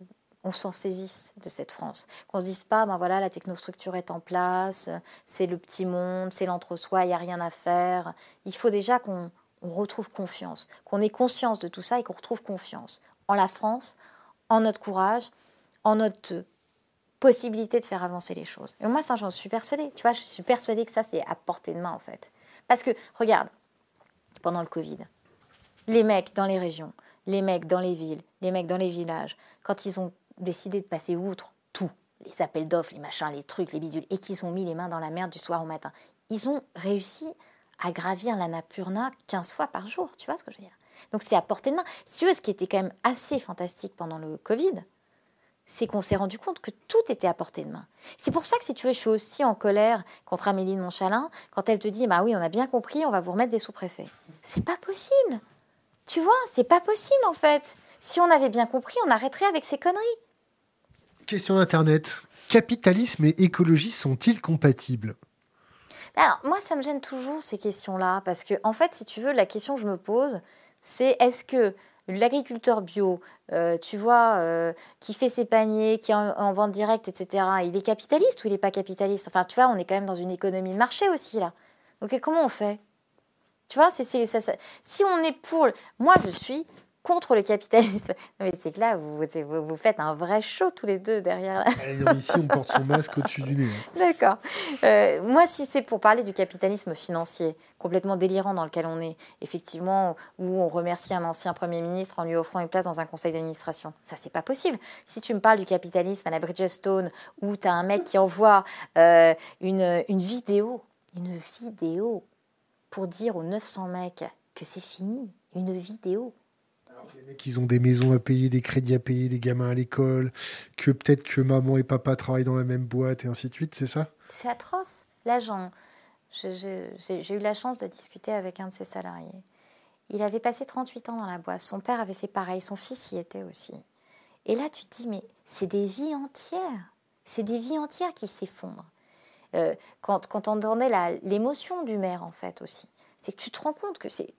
B: on s'en saisisse de cette France. Qu'on se dise pas, ben voilà, la technostructure est en place, c'est le petit monde, c'est l'entre-soi, il n'y a rien à faire. Il faut déjà qu'on on retrouve confiance, qu'on ait conscience de tout ça et qu'on retrouve confiance en la France, en notre courage, en notre possibilité de faire avancer les choses. Et moi, ça, j'en suis persuadée. Tu vois, je suis persuadée que ça, c'est à portée de main, en fait. Parce que, regarde, pendant le Covid, les mecs dans les régions, les mecs dans les villes, les mecs dans les villages, quand ils ont décidé de passer outre tout, les appels d'offres, les machins, les trucs, les bidules, et qu'ils ont mis les mains dans la merde du soir au matin, ils ont réussi à gravir l'Annapurna quinze fois par jour, tu vois ce que je veux dire? Donc c'est à portée de main. Si tu veux, ce qui était quand même assez fantastique pendant le Covid, c'est qu'on s'est rendu compte que tout était à portée de main. C'est pour ça que, si tu veux, je suis aussi en colère contre Amélie de Montchalin quand elle te dit « Bah oui, on a bien compris, on va vous remettre des sous-préfets ». C'est pas possible. Tu vois, c'est pas possible, en fait. Si on avait bien compris, on arrêterait avec ces conneries.
A: Question d'Internet. Capitalisme et écologie sont-ils compatibles?
B: Alors, moi, ça me gêne toujours, ces questions-là, parce que, en fait, si tu veux, la question que je me pose, c'est est-ce que l'agriculteur bio, euh, tu vois, euh, qui fait ses paniers, qui est en, en vente directe, et cetera, il est capitaliste ou il n'est pas capitaliste? Enfin, tu vois, on est quand même dans une économie de marché aussi, là. Donc, comment on fait? Tu vois, c'est, c'est, ça, ça. Si on est pour... Moi, je suis contre le capitalisme. Non, mais c'est que là, vous, vous, vous faites un vrai show tous les deux derrière.
A: Allez, non, ici, on porte son masque au-dessus du nez. Hein.
B: D'accord. Euh, moi, si c'est pour parler du capitalisme financier, complètement délirant dans lequel on est, effectivement, où on remercie un ancien Premier ministre en lui offrant une place dans un conseil d'administration, ça, c'est pas possible. Si tu me parles du capitalisme à la Bridgestone, où tu as un mec qui envoie euh, une, une vidéo, une vidéo, pour dire aux neuf cents mecs que c'est fini, une vidéo.
A: Les mecs, ils ont des maisons à payer, des crédits à payer, des gamins à l'école, que peut-être que maman et papa travaillent dans la même boîte et ainsi de suite, c'est ça?
B: C'est atroce. Là, j'en, j'ai, j'ai, j'ai eu la chance de discuter avec un de ses salariés. Il avait passé trente-huit ans dans la boîte. Son père avait fait pareil. Son fils y était aussi. Et là, tu te dis, mais c'est des vies entières. C'est des vies entières qui s'effondrent. Euh, quand, quand on donnait la, l'émotion du maire, en fait, aussi, c'est que tu te rends compte que c'est... c'est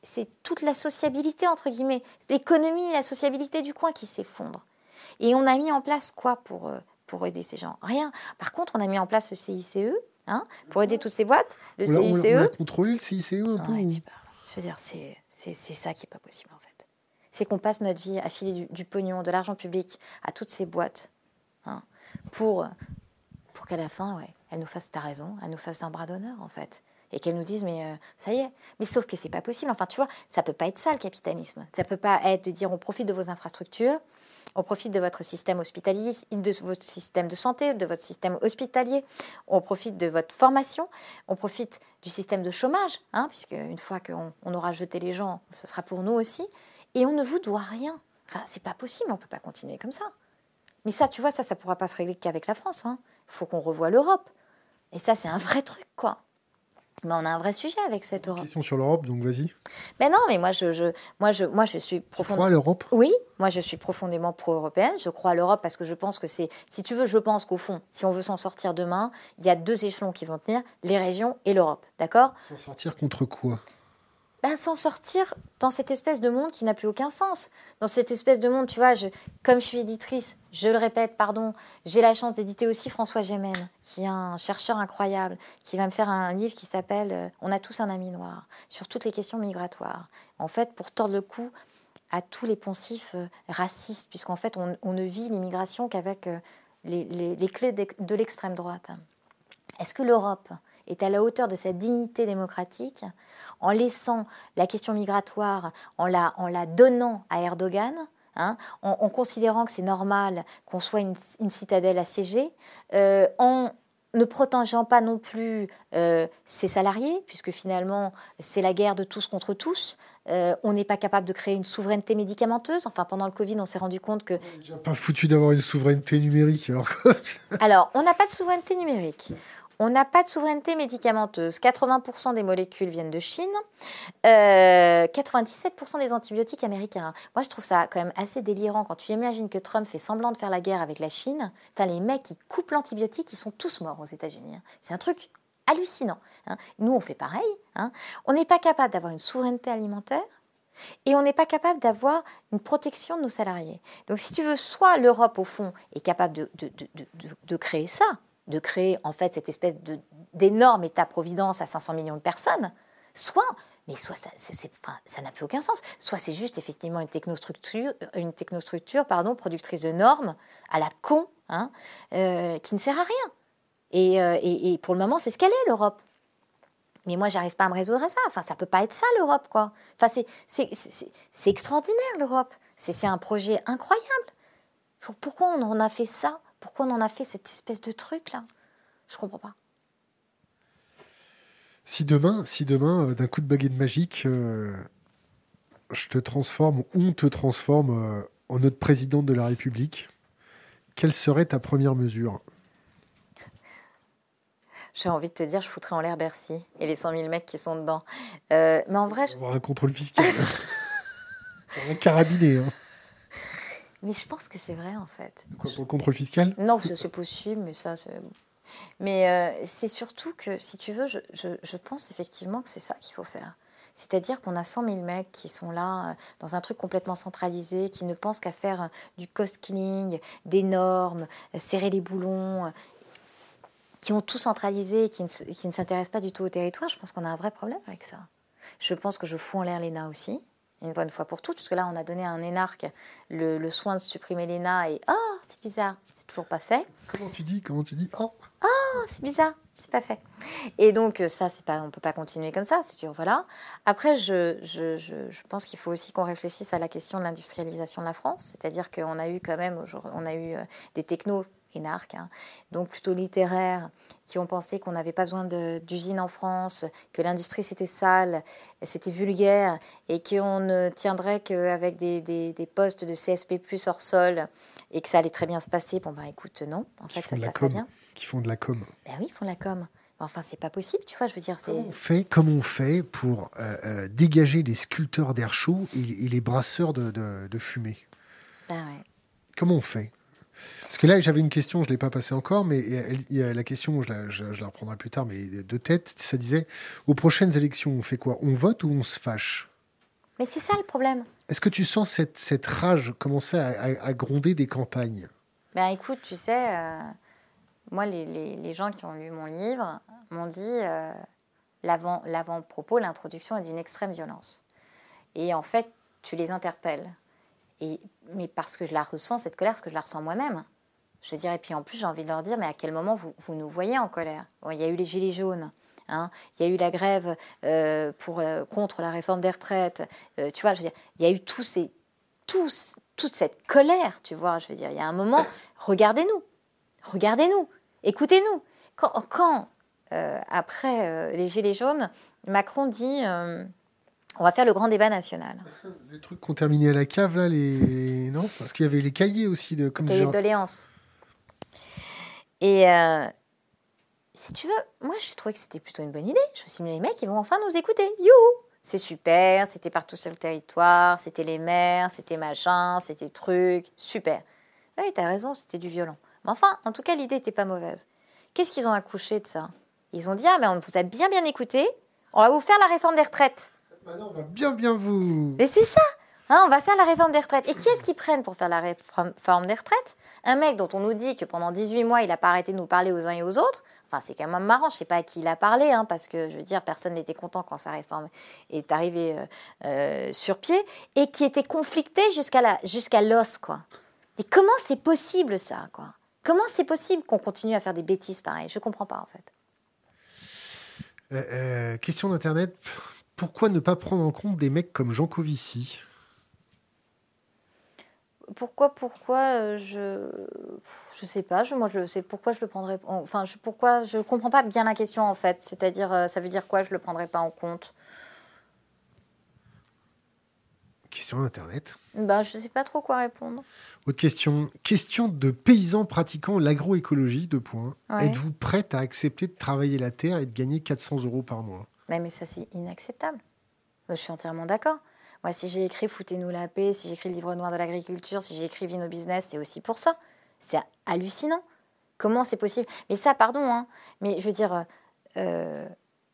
B: c'est toute la sociabilité, entre guillemets. C'est l'économie et la sociabilité du coin qui s'effondrent. Et on a mis en place quoi pour, euh, pour aider ces gens? Rien. Par contre, on a mis en place le C I C E hein, pour aider toutes ces boîtes. Le
A: on, l'a,
B: C I C E.
A: on, l'a, on a contrôlé le C I C E un peu
B: ouais,
A: ou...
B: tu parles. Je veux dire, c'est, c'est, c'est ça qui n'est pas possible en fait. C'est qu'on passe notre vie à filer du, du pognon, de l'argent public à toutes ces boîtes hein, pour, pour qu'à la fin, ouais, elles nous fassent, t'as raison, elles nous fassent un bras d'honneur en fait. Et qu'elles nous disent, mais euh, ça y est. Mais sauf que c'est pas possible. Enfin, tu vois, ça peut pas être ça, le capitalisme. Ça peut pas être de dire, on profite de vos infrastructures, on profite de votre système hospitalier, de votre système de santé, de votre système hospitalier, on profite de votre formation, on profite du système de chômage, hein, puisque une fois qu'on on aura jeté les gens, ce sera pour nous aussi. Et on ne vous doit rien. Enfin, c'est pas possible, on peut pas continuer comme ça. Mais ça, tu vois, ça, ça pourra pas se régler qu'avec la France. Hein. Il faut qu'on revoie l'Europe. Et ça, c'est un vrai truc, quoi. Mais on a un vrai sujet avec cette Europe.
A: Question sur l'Europe, donc vas-y.
B: Mais non, mais moi, je, je, moi, je, moi, je suis profondément...
A: Tu crois à l'Europe ?
B: Oui, moi, je suis profondément pro-européenne. Je crois à l'Europe parce que je pense que c'est... Si tu veux, je pense qu'au fond, si on veut s'en sortir demain, il y a deux échelons qui vont tenir, les régions et l'Europe, d'accord ?
A: S'en sortir contre quoi ?
B: Ben, s'en sortir dans cette espèce de monde qui n'a plus aucun sens. Dans cette espèce de monde, tu vois, je, comme je suis éditrice, je le répète, pardon, j'ai la chance d'éditer aussi François Gémen, qui est un chercheur incroyable, qui va me faire un livre qui s'appelle euh, « On a tous un ami noir » sur toutes les questions migratoires. En fait, pour tordre le cou à tous les poncifs euh, racistes, puisqu'en fait, on, on ne vit l'immigration qu'avec euh, les, les, les clés de l'extrême droite. Est-ce que l'Europe est à la hauteur de sa dignité démocratique en laissant la question migratoire, en la, en la donnant à Erdogan, hein, en, en considérant que c'est normal qu'on soit une, une citadelle assiégée, euh, en ne protégeant pas non plus euh, ses salariés, puisque finalement c'est la guerre de tous contre tous. Euh, on n'est pas capable de créer une souveraineté médicamenteuse. Enfin, pendant le Covid, on s'est rendu compte que...
A: J'ai pas foutu d'avoir une souveraineté numérique. Alors,
B: alors on n'a pas de souveraineté numérique. On n'a pas de souveraineté médicamenteuse. quatre-vingts pour cent des molécules viennent de Chine. Euh, quatre-vingt-dix-sept pour cent des antibiotiques américains. Moi, je trouve ça quand même assez délirant quand tu imagines que Trump fait semblant de faire la guerre avec la Chine. T'as les mecs qui coupent l'antibiotique, ils sont tous morts aux États-Unis. C'est un truc hallucinant. Hein. Nous, on fait pareil. Hein. On n'est pas capable d'avoir une souveraineté alimentaire. Et on n'est pas capable d'avoir une protection de nos salariés. Donc, si tu veux, soit l'Europe, au fond, est capable de, de, de, de, de créer ça, de créer en fait cette espèce de, d'énorme État-providence à cinq cents millions de personnes, soit, mais soit ça, c'est, c'est, enfin, ça n'a plus aucun sens, soit c'est juste effectivement une technostructure, une technostructure pardon, productrice de normes à la con, hein, euh, qui ne sert à rien. Et, euh, et, et pour le moment, c'est ce qu'elle est, l'Europe. Mais moi, j'arrive pas à me résoudre à ça. Enfin, ça peut pas être ça, l'Europe, quoi. Enfin, c'est, c'est, c'est, c'est extraordinaire, l'Europe. C'est, c'est un projet incroyable. Pourquoi on en a fait ça ? Pourquoi on en a fait cette espèce de truc-là ? Je comprends pas.
A: Si demain, si demain, euh, d'un coup de baguette magique, euh, je te transforme, on te transforme euh, en notre présidente de la République, quelle serait ta première mesure ?
B: J'ai envie de te dire, je foutrais en l'air Bercy et les cent mille mecs qui sont dedans. Euh, mais en vrai...
A: On va avoir un contrôle fiscal. On va carabiner, hein.
B: Mais je pense que c'est vrai, en fait.
A: Quoi, pour le contrôle fiscal ?
B: Non, c'est, c'est possible, mais ça, c'est... Mais euh, c'est surtout que, si tu veux, je, je, je pense effectivement que c'est ça qu'il faut faire. C'est-à-dire qu'on a cent mille mecs qui sont là, euh, dans un truc complètement centralisé, qui ne pensent qu'à faire euh, du cost-killing, des normes, euh, serrer les boulons, euh, qui ont tout centralisé et qui ne, qui ne s'intéressent pas du tout au territoire. Je pense qu'on a un vrai problème avec ça. Je pense que je fous en l'air l'E N A aussi, une bonne fois pour toutes, parce que là, on a donné à un énarque le, le soin de supprimer l'E N A et « Oh, c'est bizarre, c'est toujours pas fait ».
A: Comment tu dis Comment tu dis Oh,
B: oh c'est bizarre, c'est pas fait. Et donc, ça, c'est pas, on peut pas continuer comme ça, c'est sûr, voilà. Après, je, je, je, je pense qu'il faut aussi qu'on réfléchisse à la question de l'industrialisation de la France, c'est-à-dire qu'on a eu quand même, on a eu des technos énarques, hein, donc plutôt littéraires, qui ont pensé qu'on n'avait pas besoin de, d'usines en France, que l'industrie c'était sale, c'était vulgaire, et qu'on ne tiendrait qu'avec des, des, des postes de C S P plus, hors sol, et que ça allait très bien se passer. Bon, bah écoute, non, en fait, ça se passe pas bien.
A: Qui font de la com.
B: Ben oui, ils font de la com. Enfin, c'est pas possible, tu vois, je veux dire, c'est...
A: Comment on fait, comment on fait pour euh, euh, dégager les sculpteurs d'air chaud et, et les brasseurs de, de, de fumée ?
B: Ben ouais.
A: Comment on fait ? Parce que là, j'avais une question, je ne l'ai pas passée encore, mais il y a la question, je la, je, je la reprendrai plus tard, mais de tête, ça disait, aux prochaines élections, on fait quoi ? On vote ou on se fâche ?
B: Mais c'est ça le problème.
A: Est-ce que tu sens cette, cette rage commencer à, à, à gronder des campagnes?
B: Ben écoute, tu sais, euh, moi, les, les, les gens qui ont lu mon livre m'ont dit euh, l'avant, l'avant-propos, l'introduction est d'une extrême violence. Et en fait, tu les interpelles. Et, mais parce que je la ressens, cette colère, parce que je la ressens moi-même. Je veux dire, et puis en plus, j'ai envie de leur dire, mais à quel moment vous, vous nous voyez en colère? Bon, il y a eu les Gilets jaunes. Hein, il y a eu la grève euh, pour, euh, contre la réforme des retraites. Euh, tu vois, je veux dire, il y a eu tous ces, tous, toute cette colère, tu vois. Je veux dire, il y a un moment, regardez-nous, regardez-nous, écoutez-nous. Quand, quand euh, après euh, les Gilets jaunes, Macron dit, euh, on va faire le grand débat national.
A: Les trucs qu'on terminait à la cave, là, les... non, parce qu'il y avait les cahiers aussi. De, comme
B: cahiers de doléances. Et... Euh, si tu veux, moi, j'ai trouvé que c'était plutôt une bonne idée. Je me suis dit, les mecs, ils vont enfin nous écouter. Youhou! C'est super, c'était partout sur le territoire, c'était les maires, c'était machin, c'était truc, super. Oui, t'as raison, c'était du violent. Mais enfin, en tout cas, l'idée n'était pas mauvaise. Qu'est-ce qu'ils ont accouché de ça? Ils ont dit, ah, mais on vous a bien bien écouté, on va vous faire la réforme des retraites.
A: Maintenant, on va bien bien vous...
B: Mais c'est ça, hein, on va faire la réforme des retraites. Et qui est-ce qu'ils prennent pour faire la réforme des retraites? Un mec dont on nous dit que pendant dix-huit mois, il n'a pas arrêté de nous parler aux uns et aux autres. Enfin, c'est quand même marrant, je ne sais pas à qui il a parlé, hein, parce que, je veux dire, personne n'était content quand sa réforme est arrivée euh, euh, sur pied, et qui était conflicté jusqu'à la, jusqu'à l'os, quoi. Et comment c'est possible, ça, quoi? Comment c'est possible qu'on continue à faire des bêtises pareilles? Je ne comprends pas, en fait.
A: Euh, euh, question d'Internet. Pourquoi ne pas prendre en compte des mecs comme Jean Covici?
B: Pourquoi, pourquoi, euh, je... Je sais pas, je, moi je sais pourquoi je le prendrais... Enfin, je, pourquoi, je comprends pas bien la question, en fait. C'est-à-dire, euh, ça veut dire quoi, je le prendrais pas en compte?
A: Question d'Internet.
B: Ben, je sais pas trop quoi répondre.
A: Autre question. Question de paysans pratiquant l'agroécologie, deux points.
B: Ouais.
A: Êtes-vous prête à accepter de travailler la terre et de gagner quatre cents euros par mois?
B: Mais, mais ça, c'est inacceptable. Je suis entièrement d'accord. Moi, si j'ai écrit Foutez-nous la paix, si j'ai écrit le livre noir de l'agriculture, si j'ai écrit Vie nos business, c'est aussi pour ça. C'est hallucinant. Comment c'est possible? Mais ça, pardon, hein, mais je veux dire, euh,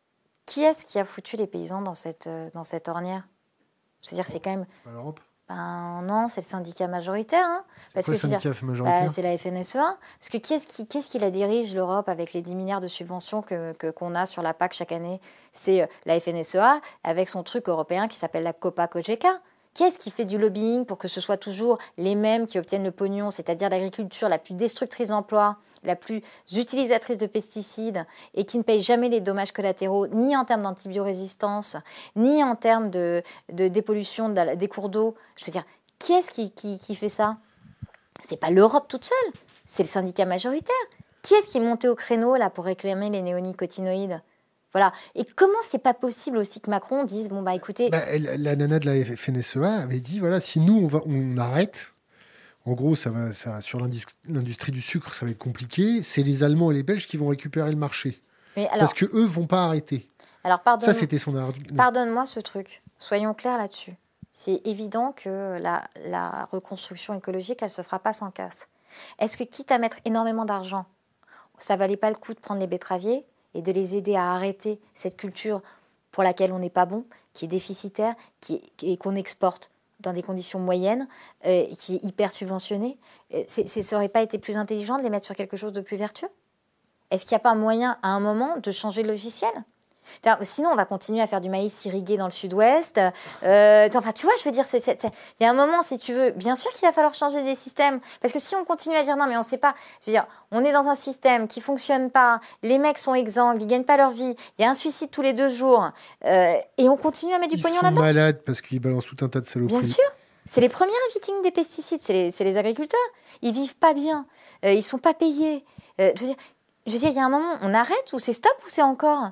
B: qui est-ce qui a foutu les paysans dans cette, euh, dans cette ornière? Je veux dire, c'est quand même...
A: C'est pas l'Europe?
B: Ben non, c'est le syndicat majoritaire. Hein,
A: parce que
B: le
A: syndicat majoritaire,
B: bah, c'est la F N S E A. Parce que qui est-ce qui, qui, est-ce qui la dirige, l'Europe, avec les dix milliards de subventions que, que, qu'on a sur la P A C chaque année? C'est la F N S E A avec son truc européen qui s'appelle la COPA-COGECA. Qui est-ce qui fait du lobbying pour que ce soit toujours les mêmes qui obtiennent le pognon, c'est-à-dire l'agriculture la plus destructrice d'emplois, la plus utilisatrice de pesticides et qui ne paye jamais les dommages collatéraux, ni en termes d'antibiorésistance, ni en termes de, de dépollution de, des cours d'eau? Je veux dire, qui est-ce qui, qui, qui fait ça? C'est pas l'Europe toute seule, c'est le syndicat majoritaire. Qui est-ce qui est monté au créneau là pour réclamer les néonicotinoïdes? Voilà. Et comment c'est pas possible aussi que Macron dise bon bah écoutez,
A: bah, la, la nana de la F N S E A avait dit voilà, si nous on va on arrête, en gros ça va ça sur l'industrie, l'industrie du sucre ça va être compliqué, c'est les Allemands et les Belges qui vont récupérer le marché. Mais alors, parce que eux vont pas arrêter.
B: Alors pardonne,
A: ça c'était son argument.
B: Pardonne-moi ce truc. Soyons clairs là-dessus. C'est évident que la, la reconstruction écologique elle se fera pas sans casse. Est-ce que quitte à mettre énormément d'argent, ça valait pas le coup de prendre les betteraviers et de les aider à arrêter cette culture pour laquelle on n'est pas bon, qui est déficitaire, qui est, et qu'on exporte dans des conditions moyennes, euh, qui est hyper subventionnée? c'est, c'est, Ça n'aurait pas été plus intelligent de les mettre sur quelque chose de plus vertueux? Est-ce qu'il n'y a pas moyen, à un moment, de changer de logiciel? Sinon, on va continuer à faire du maïs irrigué dans le sud-ouest. Euh, enfin, tu vois, je veux dire, il y a un moment, si tu veux, bien sûr qu'il va falloir changer des systèmes. Parce que si on continue à dire non, mais on ne sait pas, je veux dire, on est dans un système qui ne fonctionne pas, les mecs sont exsangues, ils ne gagnent pas leur vie, il y a un suicide tous les deux jours, euh, et on continue à mettre du
A: ils
B: pognon
A: sont
B: là-dedans.
A: malades parce qu'ils balancent tout un tas de saloperies.
B: Bien sûr. C'est les premières victimes des pesticides, c'est les, c'est les agriculteurs. Ils vivent pas bien, euh, ils sont pas payés. Euh, je veux dire, je veux dire, il y a un moment, on arrête ou c'est stop ou c'est encore?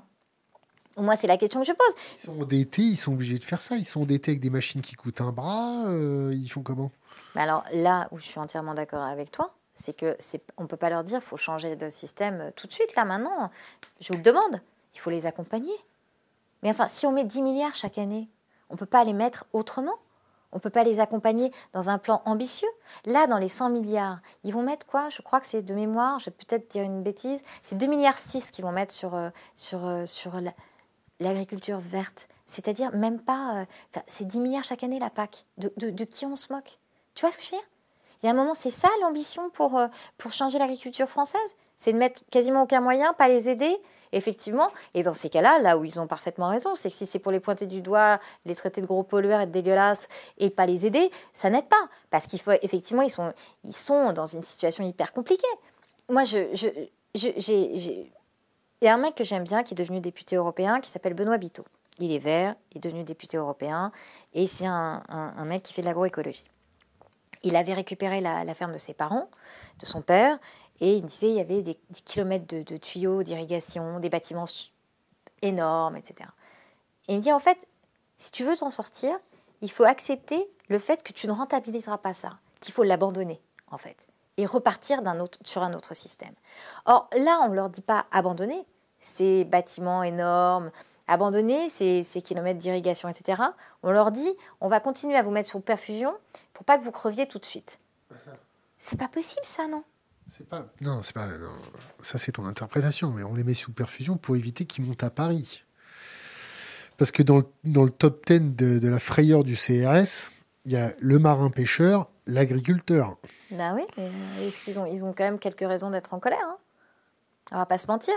B: Moi, c'est la question que je pose.
A: Ils sont endettés, ils sont obligés de faire ça. Ils sont endettés avec des machines qui coûtent un bras. Euh, ils font comment?
B: Mais alors là où je suis entièrement d'accord avec toi, c'est que c'est, on ne peut pas leur dire qu'il faut changer de système tout de suite, là, maintenant. Je vous le demande. Il faut les accompagner. Mais enfin, si on met dix milliards chaque année, on ne peut pas les mettre autrement. On ne peut pas les accompagner dans un plan ambitieux. Là, dans les cent milliards, ils vont mettre quoi? Je crois que c'est de mémoire, je vais peut-être dire une bêtise, c'est deux virgule six milliards qu'ils vont mettre sur, sur, sur la, l'agriculture verte. C'est-à-dire même pas... Euh, c'est dix milliards chaque année la P A C. De, de, de qui on se moque? Tu vois ce que je veux dire? Il y a un moment, c'est ça l'ambition pour, euh, pour changer l'agriculture française? C'est de mettre quasiment aucun moyen, pas les aider? Effectivement, et dans ces cas-là, là où ils ont parfaitement raison, c'est que si c'est pour les pointer du doigt, les traiter de gros pollueurs et de dégueulasses et pas les aider, ça n'aide pas. Parce qu'il faut, effectivement, ils sont, ils sont dans une situation hyper compliquée. Moi, je, je, je, j'ai, j'ai... il y a un mec que j'aime bien qui est devenu député européen qui s'appelle Benoît Biteau. Il est vert, il est devenu député européen et c'est un, un, un mec qui fait de l'agroécologie. Il avait récupéré la, la ferme de ses parents, de son père, et il me disait qu'il y avait des, des kilomètres de, de tuyaux d'irrigation, des bâtiments énormes, et cetera. Et il me dit, en fait, si tu veux t'en sortir, il faut accepter le fait que tu ne rentabiliseras pas ça, qu'il faut l'abandonner, en fait, et repartir d'un autre, sur un autre système. Or, là, on ne leur dit pas abandonner ces bâtiments énormes, abandonner ces, ces kilomètres d'irrigation, et cetera. On leur dit, on va continuer à vous mettre sous perfusion pour pas que vous creviez tout de suite. C'est pas possible, ça, non?
A: C'est pas... Non, c'est pas... Non. Ça, c'est ton interprétation, mais on les met sous perfusion pour éviter qu'ils montent à Paris. Parce que dans le, dans le top dix de, de la frayeur du C R S, il y a le marin-pêcheur, l'agriculteur.
B: Ben oui, mais est-ce qu'ils ont, ils ont quand même quelques raisons d'être en colère, hein? On va pas se mentir.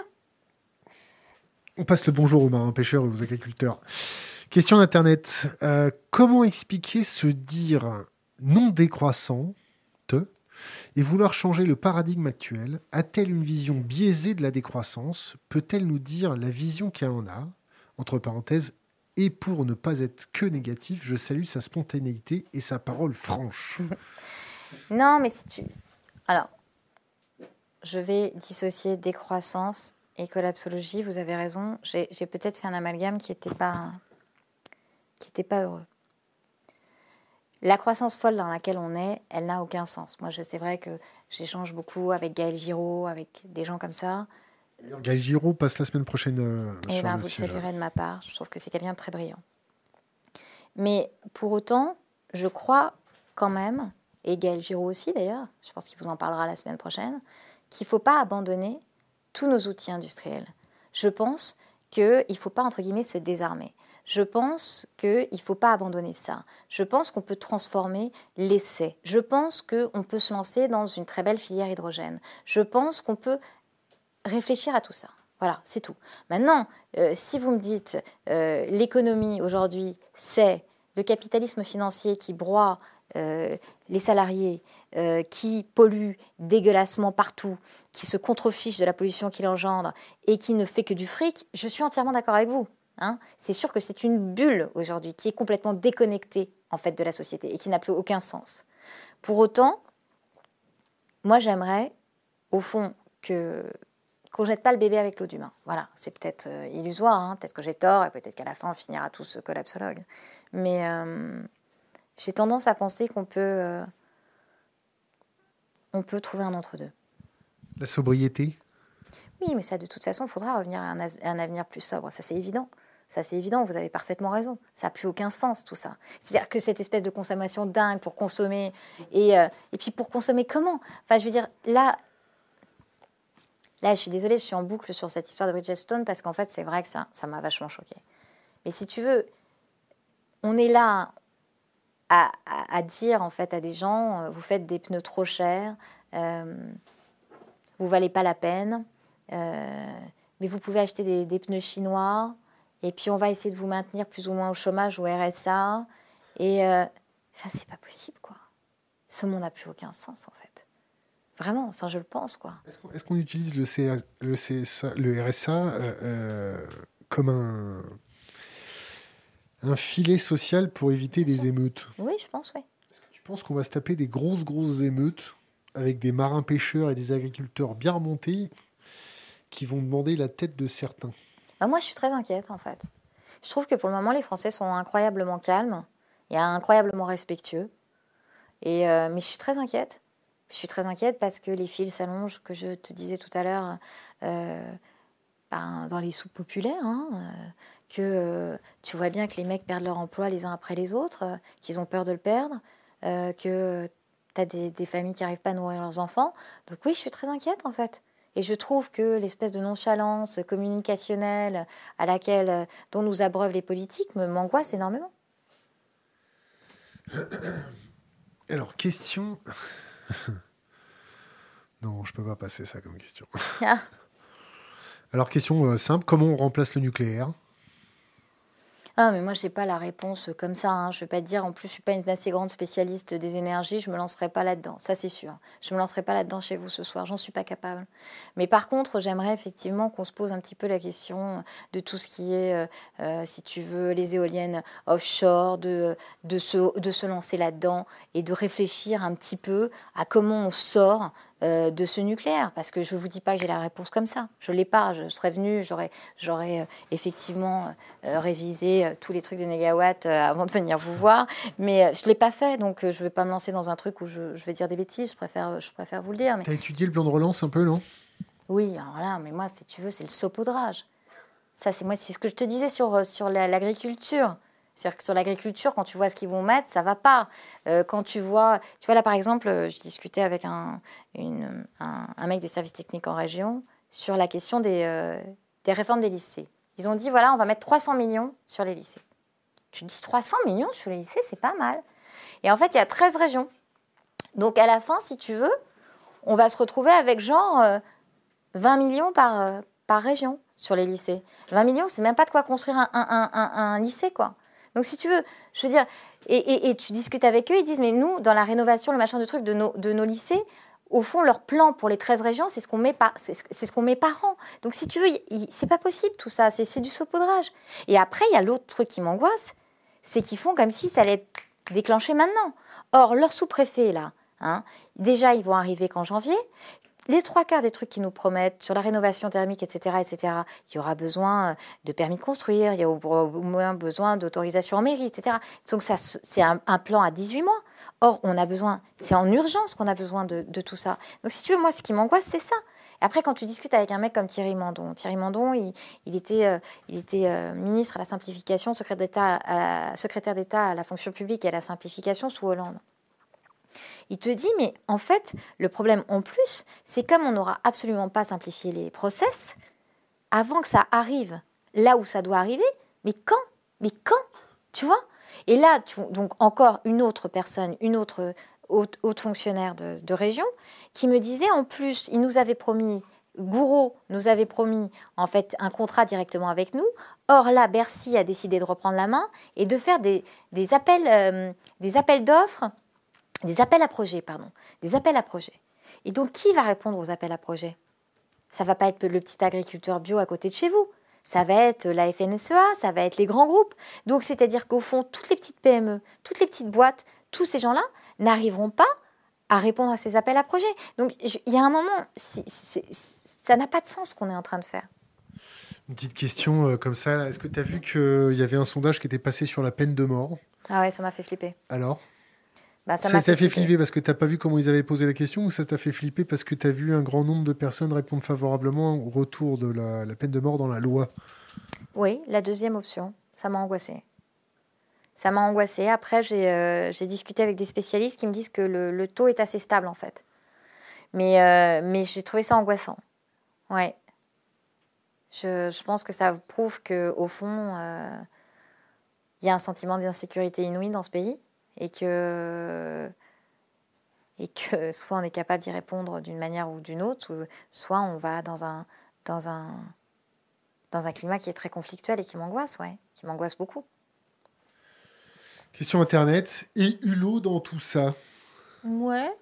A: On passe le bonjour aux marins-pêcheurs et aux agriculteurs. Question d'Internet. Euh, comment expliquer se dire non décroissante et vouloir changer le paradigme actuel? A-t-elle une vision biaisée de la décroissance? Peut-elle nous dire la vision qu'elle en a? Entre parenthèses, et pour ne pas être que négatif, je salue sa spontanéité et sa parole franche.
B: Non, mais si tu... Alors, je vais dissocier décroissance et collapsologie. Vous avez raison. J'ai, j'ai peut-être fait un amalgame qui n'était pas, qui était pas heureux. La croissance folle dans laquelle on est, elle n'a aucun sens. Moi, je, c'est vrai que j'échange beaucoup avec Gaël Giraud, avec des gens comme ça.
A: Gaël Giraud passe la semaine prochaine euh,
B: et
A: sur
B: ben,
A: le
B: vous le
A: siège.
B: saluerez de ma part. Je trouve que c'est quelqu'un de très brillant. Mais pour autant, je crois quand même, et Gaël Giraud aussi d'ailleurs, je pense qu'il vous en parlera la semaine prochaine, qu'il ne faut pas abandonner tous nos outils industriels. Je pense qu'il ne faut pas, entre guillemets, se désarmer. Je pense qu'il ne faut pas abandonner ça. Je pense qu'on peut transformer l'essai. Je pense qu'on peut se lancer dans une très belle filière hydrogène. Je pense qu'on peut réfléchir à tout ça. Voilà, c'est tout. Maintenant, euh, si vous me dites euh, l'économie aujourd'hui, c'est le capitalisme financier qui broie euh, les salariés, euh, qui pollue dégueulassement partout, qui se contrefiche de la pollution qu'il engendre et qui ne fait que du fric, je suis entièrement d'accord avec vous. Hein, c'est sûr que c'est une bulle aujourd'hui qui est complètement déconnectée en fait de la société et qui n'a plus aucun sens. Pour autant, moi j'aimerais au fond que qu'on jette pas le bébé avec l'eau du bain. Voilà, c'est peut-être euh, illusoire, hein, peut-être que j'ai tort et peut-être qu'à la fin on finira tous collapsologues. Mais euh, j'ai tendance à penser qu'on peut euh, on peut trouver un entre-deux.
A: La sobriété?
B: Oui, mais ça, de toute façon, il faudra revenir à un, à un avenir plus sobre. Ça, c'est évident. Ça, c'est évident. Vous avez parfaitement raison. Ça n'a plus aucun sens, tout ça. C'est-à-dire que cette espèce de consommation dingue pour consommer, et, euh, et puis pour consommer comment? Enfin, je veux dire, là, là, je suis désolée, je suis en boucle sur cette histoire de Bridgestone parce qu'en fait, c'est vrai que ça, ça m'a vachement choquée. Mais si tu veux, on est là à, à, à dire, en fait, à des gens, euh, vous faites des pneus trop chers, euh, vous ne valez pas la peine. Euh, mais vous pouvez acheter des, des pneus chinois et puis on va essayer de vous maintenir plus ou moins au chômage ou au R S A et euh, enfin c'est pas possible quoi. Ce monde n'a plus aucun sens en fait. Vraiment, enfin je le pense quoi.
A: Est-ce qu'on, est-ce qu'on utilise le, C, le, C S A, le R S A euh, euh, comme un, un filet social pour éviter
B: Bien
A: des
B: sûr.
A: émeutes?
B: Oui, je pense, oui.
A: Est-ce que tu penses qu'on va se taper des grosses grosses émeutes avec des marins pêcheurs et des agriculteurs bien remontés qui vont demander la tête de certains?
B: Bah, moi, je suis très inquiète, en fait. Je trouve que pour le moment, les Français sont incroyablement calmes et incroyablement respectueux. Et, euh, mais je suis très inquiète. Je suis très inquiète parce que les fils s'allongent, que je te disais tout à l'heure, euh, ben, dans les soupes populaires, hein, euh, que euh, tu vois bien que les mecs perdent leur emploi les uns après les autres, euh, qu'ils ont peur de le perdre, euh, que tu as des, des familles qui n'arrivent pas à nourrir leurs enfants. Donc oui, je suis très inquiète, en fait. Et je trouve que l'espèce de nonchalance communicationnelle à laquelle, dont nous abreuvent les politiques me, m'angoisse énormément.
A: Alors, question... non, je peux pas passer ça comme question.
B: Ah.
A: Alors, question euh, simple, comment on remplace le nucléaire ?
B: Ah, mais moi, je n'ai pas la réponse comme ça. Hein. Je ne vais pas te dire, en plus, je ne suis pas une assez grande spécialiste des énergies, je ne me lancerai pas là-dedans, ça c'est sûr. Je ne me lancerai pas là-dedans chez vous ce soir, j'en suis pas capable. Mais par contre, j'aimerais effectivement qu'on se pose un petit peu la question de tout ce qui est, euh, euh, si tu veux, les éoliennes offshore, de, de, se, de se lancer là-dedans et de réfléchir un petit peu à comment on sort Euh, de ce nucléaire, parce que je ne vous dis pas que j'ai la réponse comme ça. Je ne l'ai pas. Je serais venue, j'aurais, j'aurais euh, effectivement euh, révisé euh, tous les trucs de négawatts euh, avant de venir vous voir, mais euh, je ne l'ai pas fait, donc euh, je ne vais pas me lancer dans un truc où je, je vais dire des bêtises. Je préfère, je préfère vous le dire. Mais...
A: Tu as étudié le plan de relance un peu, non ?
B: Oui, alors là, mais moi, si tu veux, c'est le saupoudrage. Ça, c'est moi, c'est ce que je te disais sur, sur la, l'agriculture. C'est-à-dire que sur l'agriculture, quand tu vois ce qu'ils vont mettre, ça va pas. Euh, quand tu vois, tu vois là par exemple, je discutais avec un, une, un, un mec des services techniques en région sur la question des, euh, des réformes des lycées. Ils ont dit voilà, on va mettre trois cents millions sur les lycées. Tu te dis trois cents millions sur les lycées, c'est pas mal. Et en fait, il y a treize régions. Donc à la fin, si tu veux, on va se retrouver avec genre euh, vingt millions par, euh, par région sur les lycées. vingt millions, c'est même pas de quoi construire un, un, un, un, un lycée, quoi. Donc, si tu veux, je veux dire, et, et, et tu discutes avec eux, ils disent, mais nous, dans la rénovation, le machin de trucs de nos, de nos lycées, au fond, leur plan pour les treize régions, c'est ce qu'on met par, c'est, c'est ce qu'on met par an. Donc, si tu veux, il, c'est pas possible tout ça, c'est, c'est du saupoudrage. Et après, il y a l'autre truc qui m'angoisse, c'est qu'ils font comme si ça allait être déclenché maintenant. Or, leurs sous-préfets, là, hein, déjà, ils vont arriver qu'en janvier. Les trois quarts des trucs qu'ils nous promettent sur la rénovation thermique, et cetera, et cetera, il y aura besoin de permis de construire, il y a au moins besoin d'autorisation en mairie, et cetera. Donc ça, c'est un, un plan à dix-huit mois. Or, on a besoin, c'est en urgence qu'on a besoin de, de tout ça. Donc si tu veux, moi, ce qui m'angoisse, c'est ça. Et après, quand tu discutes avec un mec comme Thierry Mandon, Thierry Mandon, il, il était, euh, il était euh, ministre à la simplification, secrétaire d'État à la, secrétaire d'État à la fonction publique et à la simplification sous Hollande. Il te dit, mais en fait, le problème en plus, c'est comme on n'aura absolument pas simplifié les process, avant que ça arrive là où ça doit arriver, mais quand ? Mais quand ? Tu vois ? Et là, tu, donc encore une autre personne, une autre haute, haute fonctionnaire de, de région, qui me disait, en plus, il nous avait promis, Gouraud nous avait promis, en fait, un contrat directement avec nous. Or là, Bercy a décidé de reprendre la main et de faire des, des, appels, euh, des appels d'offres, Des appels à projets, pardon. Des appels à projets. Et donc, qui va répondre aux appels à projets ? Ça ne va pas être le petit agriculteur bio à côté de chez vous. Ça va être la F N S E A, ça va être les grands groupes. Donc, c'est-à-dire qu'au fond, toutes les petites P M E, toutes les petites boîtes, tous ces gens-là n'arriveront pas à répondre à ces appels à projets. Donc, il y a un moment, c'est, c'est, ça n'a pas de sens ce qu'on est en train de faire.
A: Une petite question euh, comme ça. Est-ce que tu as vu qu'il y avait un sondage qui était passé sur la peine de mort ?
B: Ah ouais, ça m'a fait flipper.
A: Alors ?
B: Bah, ça,
A: ça
B: m'a
A: t'a
B: fait
A: fait flipper parce que tu n'as pas vu comment ils avaient posé la question, ou ça t'a fait flipper parce que tu as vu un grand nombre de personnes répondre favorablement au retour de la, la peine de mort dans la loi ?
B: Oui, la deuxième option. Ça m'a angoissée. Ça m'a angoissée. Après, j'ai, euh, j'ai discuté avec des spécialistes qui me disent que le, le taux est assez stable, en fait. Mais, euh, mais j'ai trouvé ça angoissant. Ouais. Je, je pense que ça prouve qu'au fond, euh, il y a un sentiment d'insécurité inouï dans ce pays. Et que, et que soit on est capable d'y répondre d'une manière ou d'une autre, soit on va dans un, dans un, dans un climat qui est très conflictuel et qui m'angoisse, ouais, qui m'angoisse beaucoup.
A: Question Internet. Et Hulot dans tout ça ?
B: Ouais.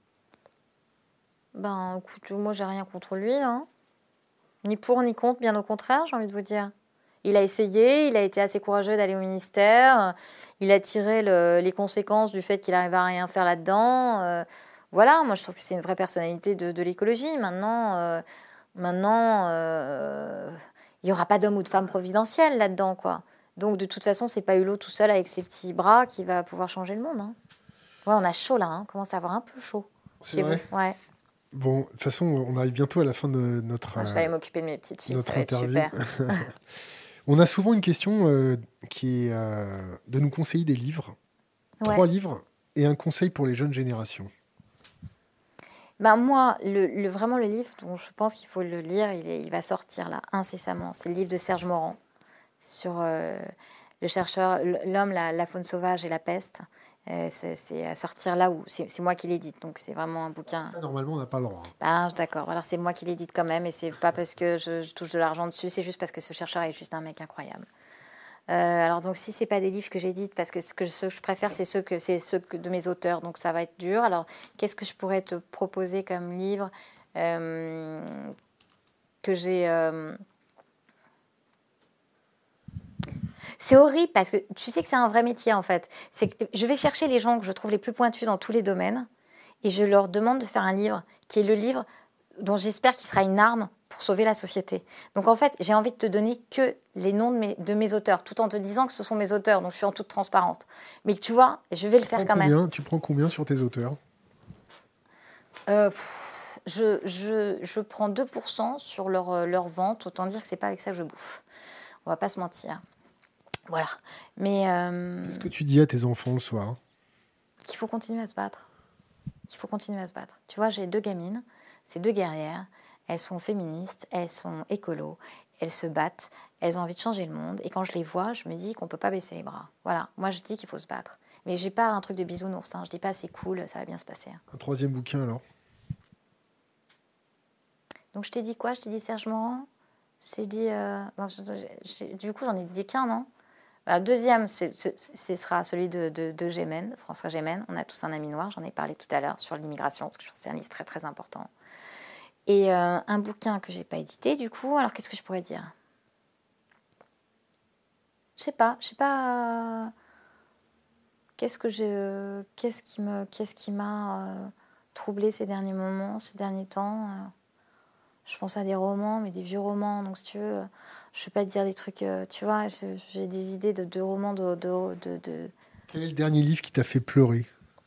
B: Ben, écoute, moi, j'ai rien contre lui, hein. Ni pour, ni contre, bien au contraire, j'ai envie de vous dire. Il a essayé, il a été assez courageux d'aller au ministère, il a tiré le, les conséquences du fait qu'il n'arrive à rien faire là-dedans. Euh, voilà, moi je trouve que c'est une vraie personnalité de, de l'écologie. Maintenant, euh, maintenant euh, il n'y aura pas d'homme ou de femme providentiel là-dedans, quoi. Donc de toute façon, c'est pas Hulot tout seul avec ses petits bras qui va pouvoir changer le monde. Hein. Ouais, on a chaud là, hein. On commence à avoir un peu chaud
A: c'est
B: chez
A: vrai.
B: vous. Ouais.
A: Bon, de toute façon, on arrive bientôt à la fin de notre
B: Ouais, je vais aller m'occuper de mes petites filles,
A: notre
B: ça va être
A: interview.
B: super.
A: On a souvent une question euh, qui est euh, de nous conseiller des livres, ouais. Trois livres et un conseil pour les jeunes générations.
B: Ben moi, le, le, vraiment le livre dont je pense qu'il faut le lire, il, est, il va sortir là incessamment. C'est le livre de Serge Morand sur euh, le chercheur, l'homme, la, la faune sauvage et la peste. Euh, c'est, c'est à sortir là où c'est, c'est moi qui l'édite, donc c'est vraiment un bouquin.
A: Ça, normalement, on n'a pas le droit.
B: Ah, d'accord. Alors c'est moi qui l'édite quand même, et c'est pas parce que je, je touche de l'argent dessus, c'est juste parce que ce chercheur est juste un mec incroyable. Euh, alors donc si c'est pas des livres que j'édite, parce que ce que, ce que je préfère c'est ceux que c'est ceux que de mes auteurs, donc ça va être dur. Alors qu'est-ce que je pourrais te proposer comme livre euh, que j'ai euh... C'est horrible parce que tu sais que c'est un vrai métier en fait. C'est que je vais chercher les gens que je trouve les plus pointus dans tous les domaines et je leur demande de faire un livre qui est le livre dont j'espère qu'il sera une arme pour sauver la société. Donc en fait, j'ai envie de te donner que les noms de mes, de mes auteurs, tout en te disant que ce sont mes auteurs, donc je suis en toute transparence. Mais tu vois, je vais le faire quand
A: combien,
B: même.
A: Tu prends combien sur tes auteurs
B: euh, pff, je, je, je prends deux pour cent sur leur, leur vente, autant dire que c'est pas avec ça que je bouffe. On va pas se mentir. Voilà. Mais euh,
A: qu'est-ce que tu dis à tes enfants le soir?
B: Qu'il faut continuer à se battre. Qu'il faut continuer à se battre. Tu vois, j'ai deux gamines, c'est deux guerrières. Elles sont féministes, elles sont écolos, elles se battent, elles ont envie de changer le monde. Et quand je les vois, je me dis qu'on ne peut pas baisser les bras. Voilà, moi je dis qu'il faut se battre. Mais je n'ai pas un truc de bisounours, hein. Je ne dis pas c'est cool, ça va bien se passer.
A: Un troisième bouquin alors?
B: Donc je t'ai dit quoi? Je t'ai dit Serge Morand. J'ai dit... Euh... Non, je, j'ai, du coup, j'en ai dit qu'un, non? Le deuxième, c'est, c'est, ce sera celui de, de, de Gémen, François Gémen. On a tous un ami noir, j'en ai parlé tout à l'heure sur l'immigration, parce que c'est un livre très très important. Et euh, un bouquin que je n'ai pas édité, du coup, alors qu'est-ce que je pourrais dire? Je sais pas, je sais pas... Euh, qu'est-ce que je, qu'est-ce qui me, qu'est-ce qui m'a euh, troublée ces derniers moments, ces derniers temps euh, Je pense à des romans, mais des vieux romans, donc si tu veux... Je ne vais pas te dire des trucs, euh, tu vois, je, j'ai des idées de, de romans de, de, de, de...
A: Quel est le dernier livre qui t'a fait pleurer?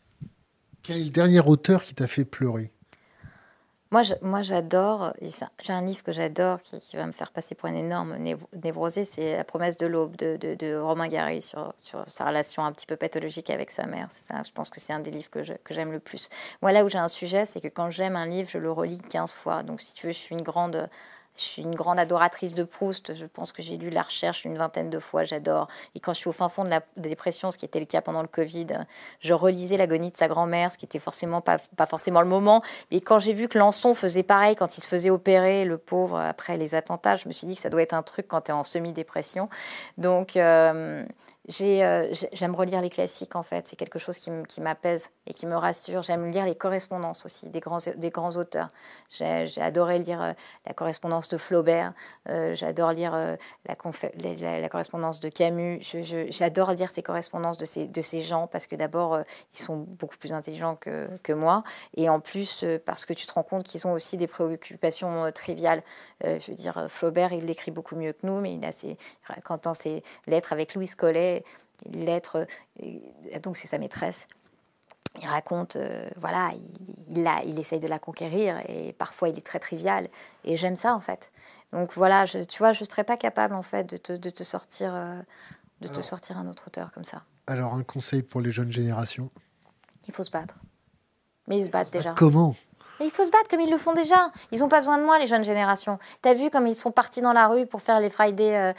A: Quel est le dernier auteur qui t'a fait pleurer?
B: Moi, je, moi, j'adore, j'ai un livre que j'adore qui, qui va me faire passer pour une énorme névrosée, c'est La promesse de l'aube de, de, de Romain Gary sur, sur sa relation un petit peu pathologique avec sa mère. Ça, je pense que c'est un des livres que, je, que j'aime le plus. Moi, là où j'ai un sujet, c'est que quand j'aime un livre, je le relis quinze fois. Donc, si tu veux, je suis une grande... Je suis une grande adoratrice de Proust. Je pense que j'ai lu La Recherche une vingtaine de fois. J'adore. Et quand je suis au fin fond de la dépression, ce qui était le cas pendant le Covid, je relisais L'agonie de sa grand-mère, ce qui était forcément pas, pas forcément le moment. Et quand j'ai vu que Lançon faisait pareil quand il se faisait opérer, le pauvre, après les attentats, je me suis dit que ça doit être un truc quand tu es en semi-dépression. Donc, euh, j'ai, euh, j'aime relire les classiques, en fait. C'est quelque chose qui, m- qui m'apaise et qui me rassure. J'aime lire les correspondances aussi des grands, des grands auteurs. J'ai, j'ai adoré lire euh, la correspondance de Flaubert. Euh, j'adore lire euh, la, confé- la, la correspondance de Camus. Je, je, j'adore lire ces correspondances de ces, de ces gens parce que d'abord, euh, ils sont beaucoup plus intelligents que, que moi. Et en plus, euh, parce que tu te rends compte qu'ils ont aussi des préoccupations euh, triviales. Euh, je veux dire, Flaubert, il l'écrit beaucoup mieux que nous, mais il a ses, quand dans ses lettres avec Louise Collet, lettres, euh, donc c'est sa maîtresse. Il raconte, euh, voilà, il, il, la, il essaye de la conquérir et parfois il est très trivial. Et j'aime ça en fait. Donc voilà, je, tu vois, je ne serais pas capable en fait de te, de te sortir, euh, de alors, te sortir un autre auteur comme ça.
A: Alors un conseil pour les jeunes générations?
B: Il faut se battre. Mais ils se battent déjà.
A: Comment?
B: Mais il faut se battre comme ils le font déjà. Ils n'ont pas besoin de moi, les jeunes générations. T'as vu comme ils sont partis dans la rue pour faire les Friday, euh,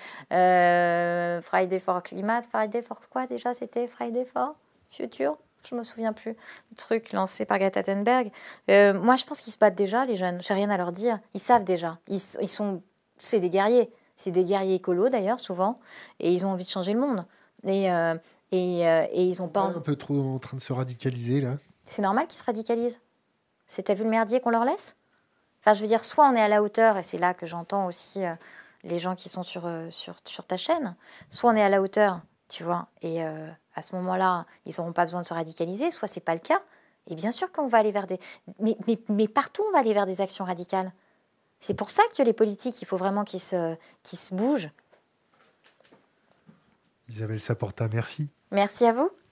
B: euh, Friday for Climate, Friday for quoi déjà? C'était Friday for Future? Je me souviens plus. Le truc lancé par Greta Thunberg. Euh, moi, je pense qu'ils se battent déjà, les jeunes. J'ai rien à leur dire. Ils savent déjà. Ils, ils sont, c'est des guerriers. C'est des guerriers écolos d'ailleurs souvent, et ils ont envie de changer le monde. Et euh, et, euh, et ils ont pas.
A: Un peu trop en train de se radicaliser là.
B: C'est normal qu'ils se radicalisent. C'est, t'as vu le merdier qu'on leur laisse? Enfin, je veux dire, soit on est à la hauteur, et c'est là que j'entends aussi euh, les gens qui sont sur, euh, sur, sur ta chaîne, soit on est à la hauteur, tu vois, et euh, à ce moment-là, ils n'auront pas besoin de se radicaliser, soit c'est pas le cas, et bien sûr qu'on va aller vers des... Mais, mais, mais partout, on va aller vers des actions radicales. C'est pour ça que les politiques, il faut vraiment qu'ils se, qu'ils se bougent.
A: Isabelle Saporta, merci.
B: Merci à vous.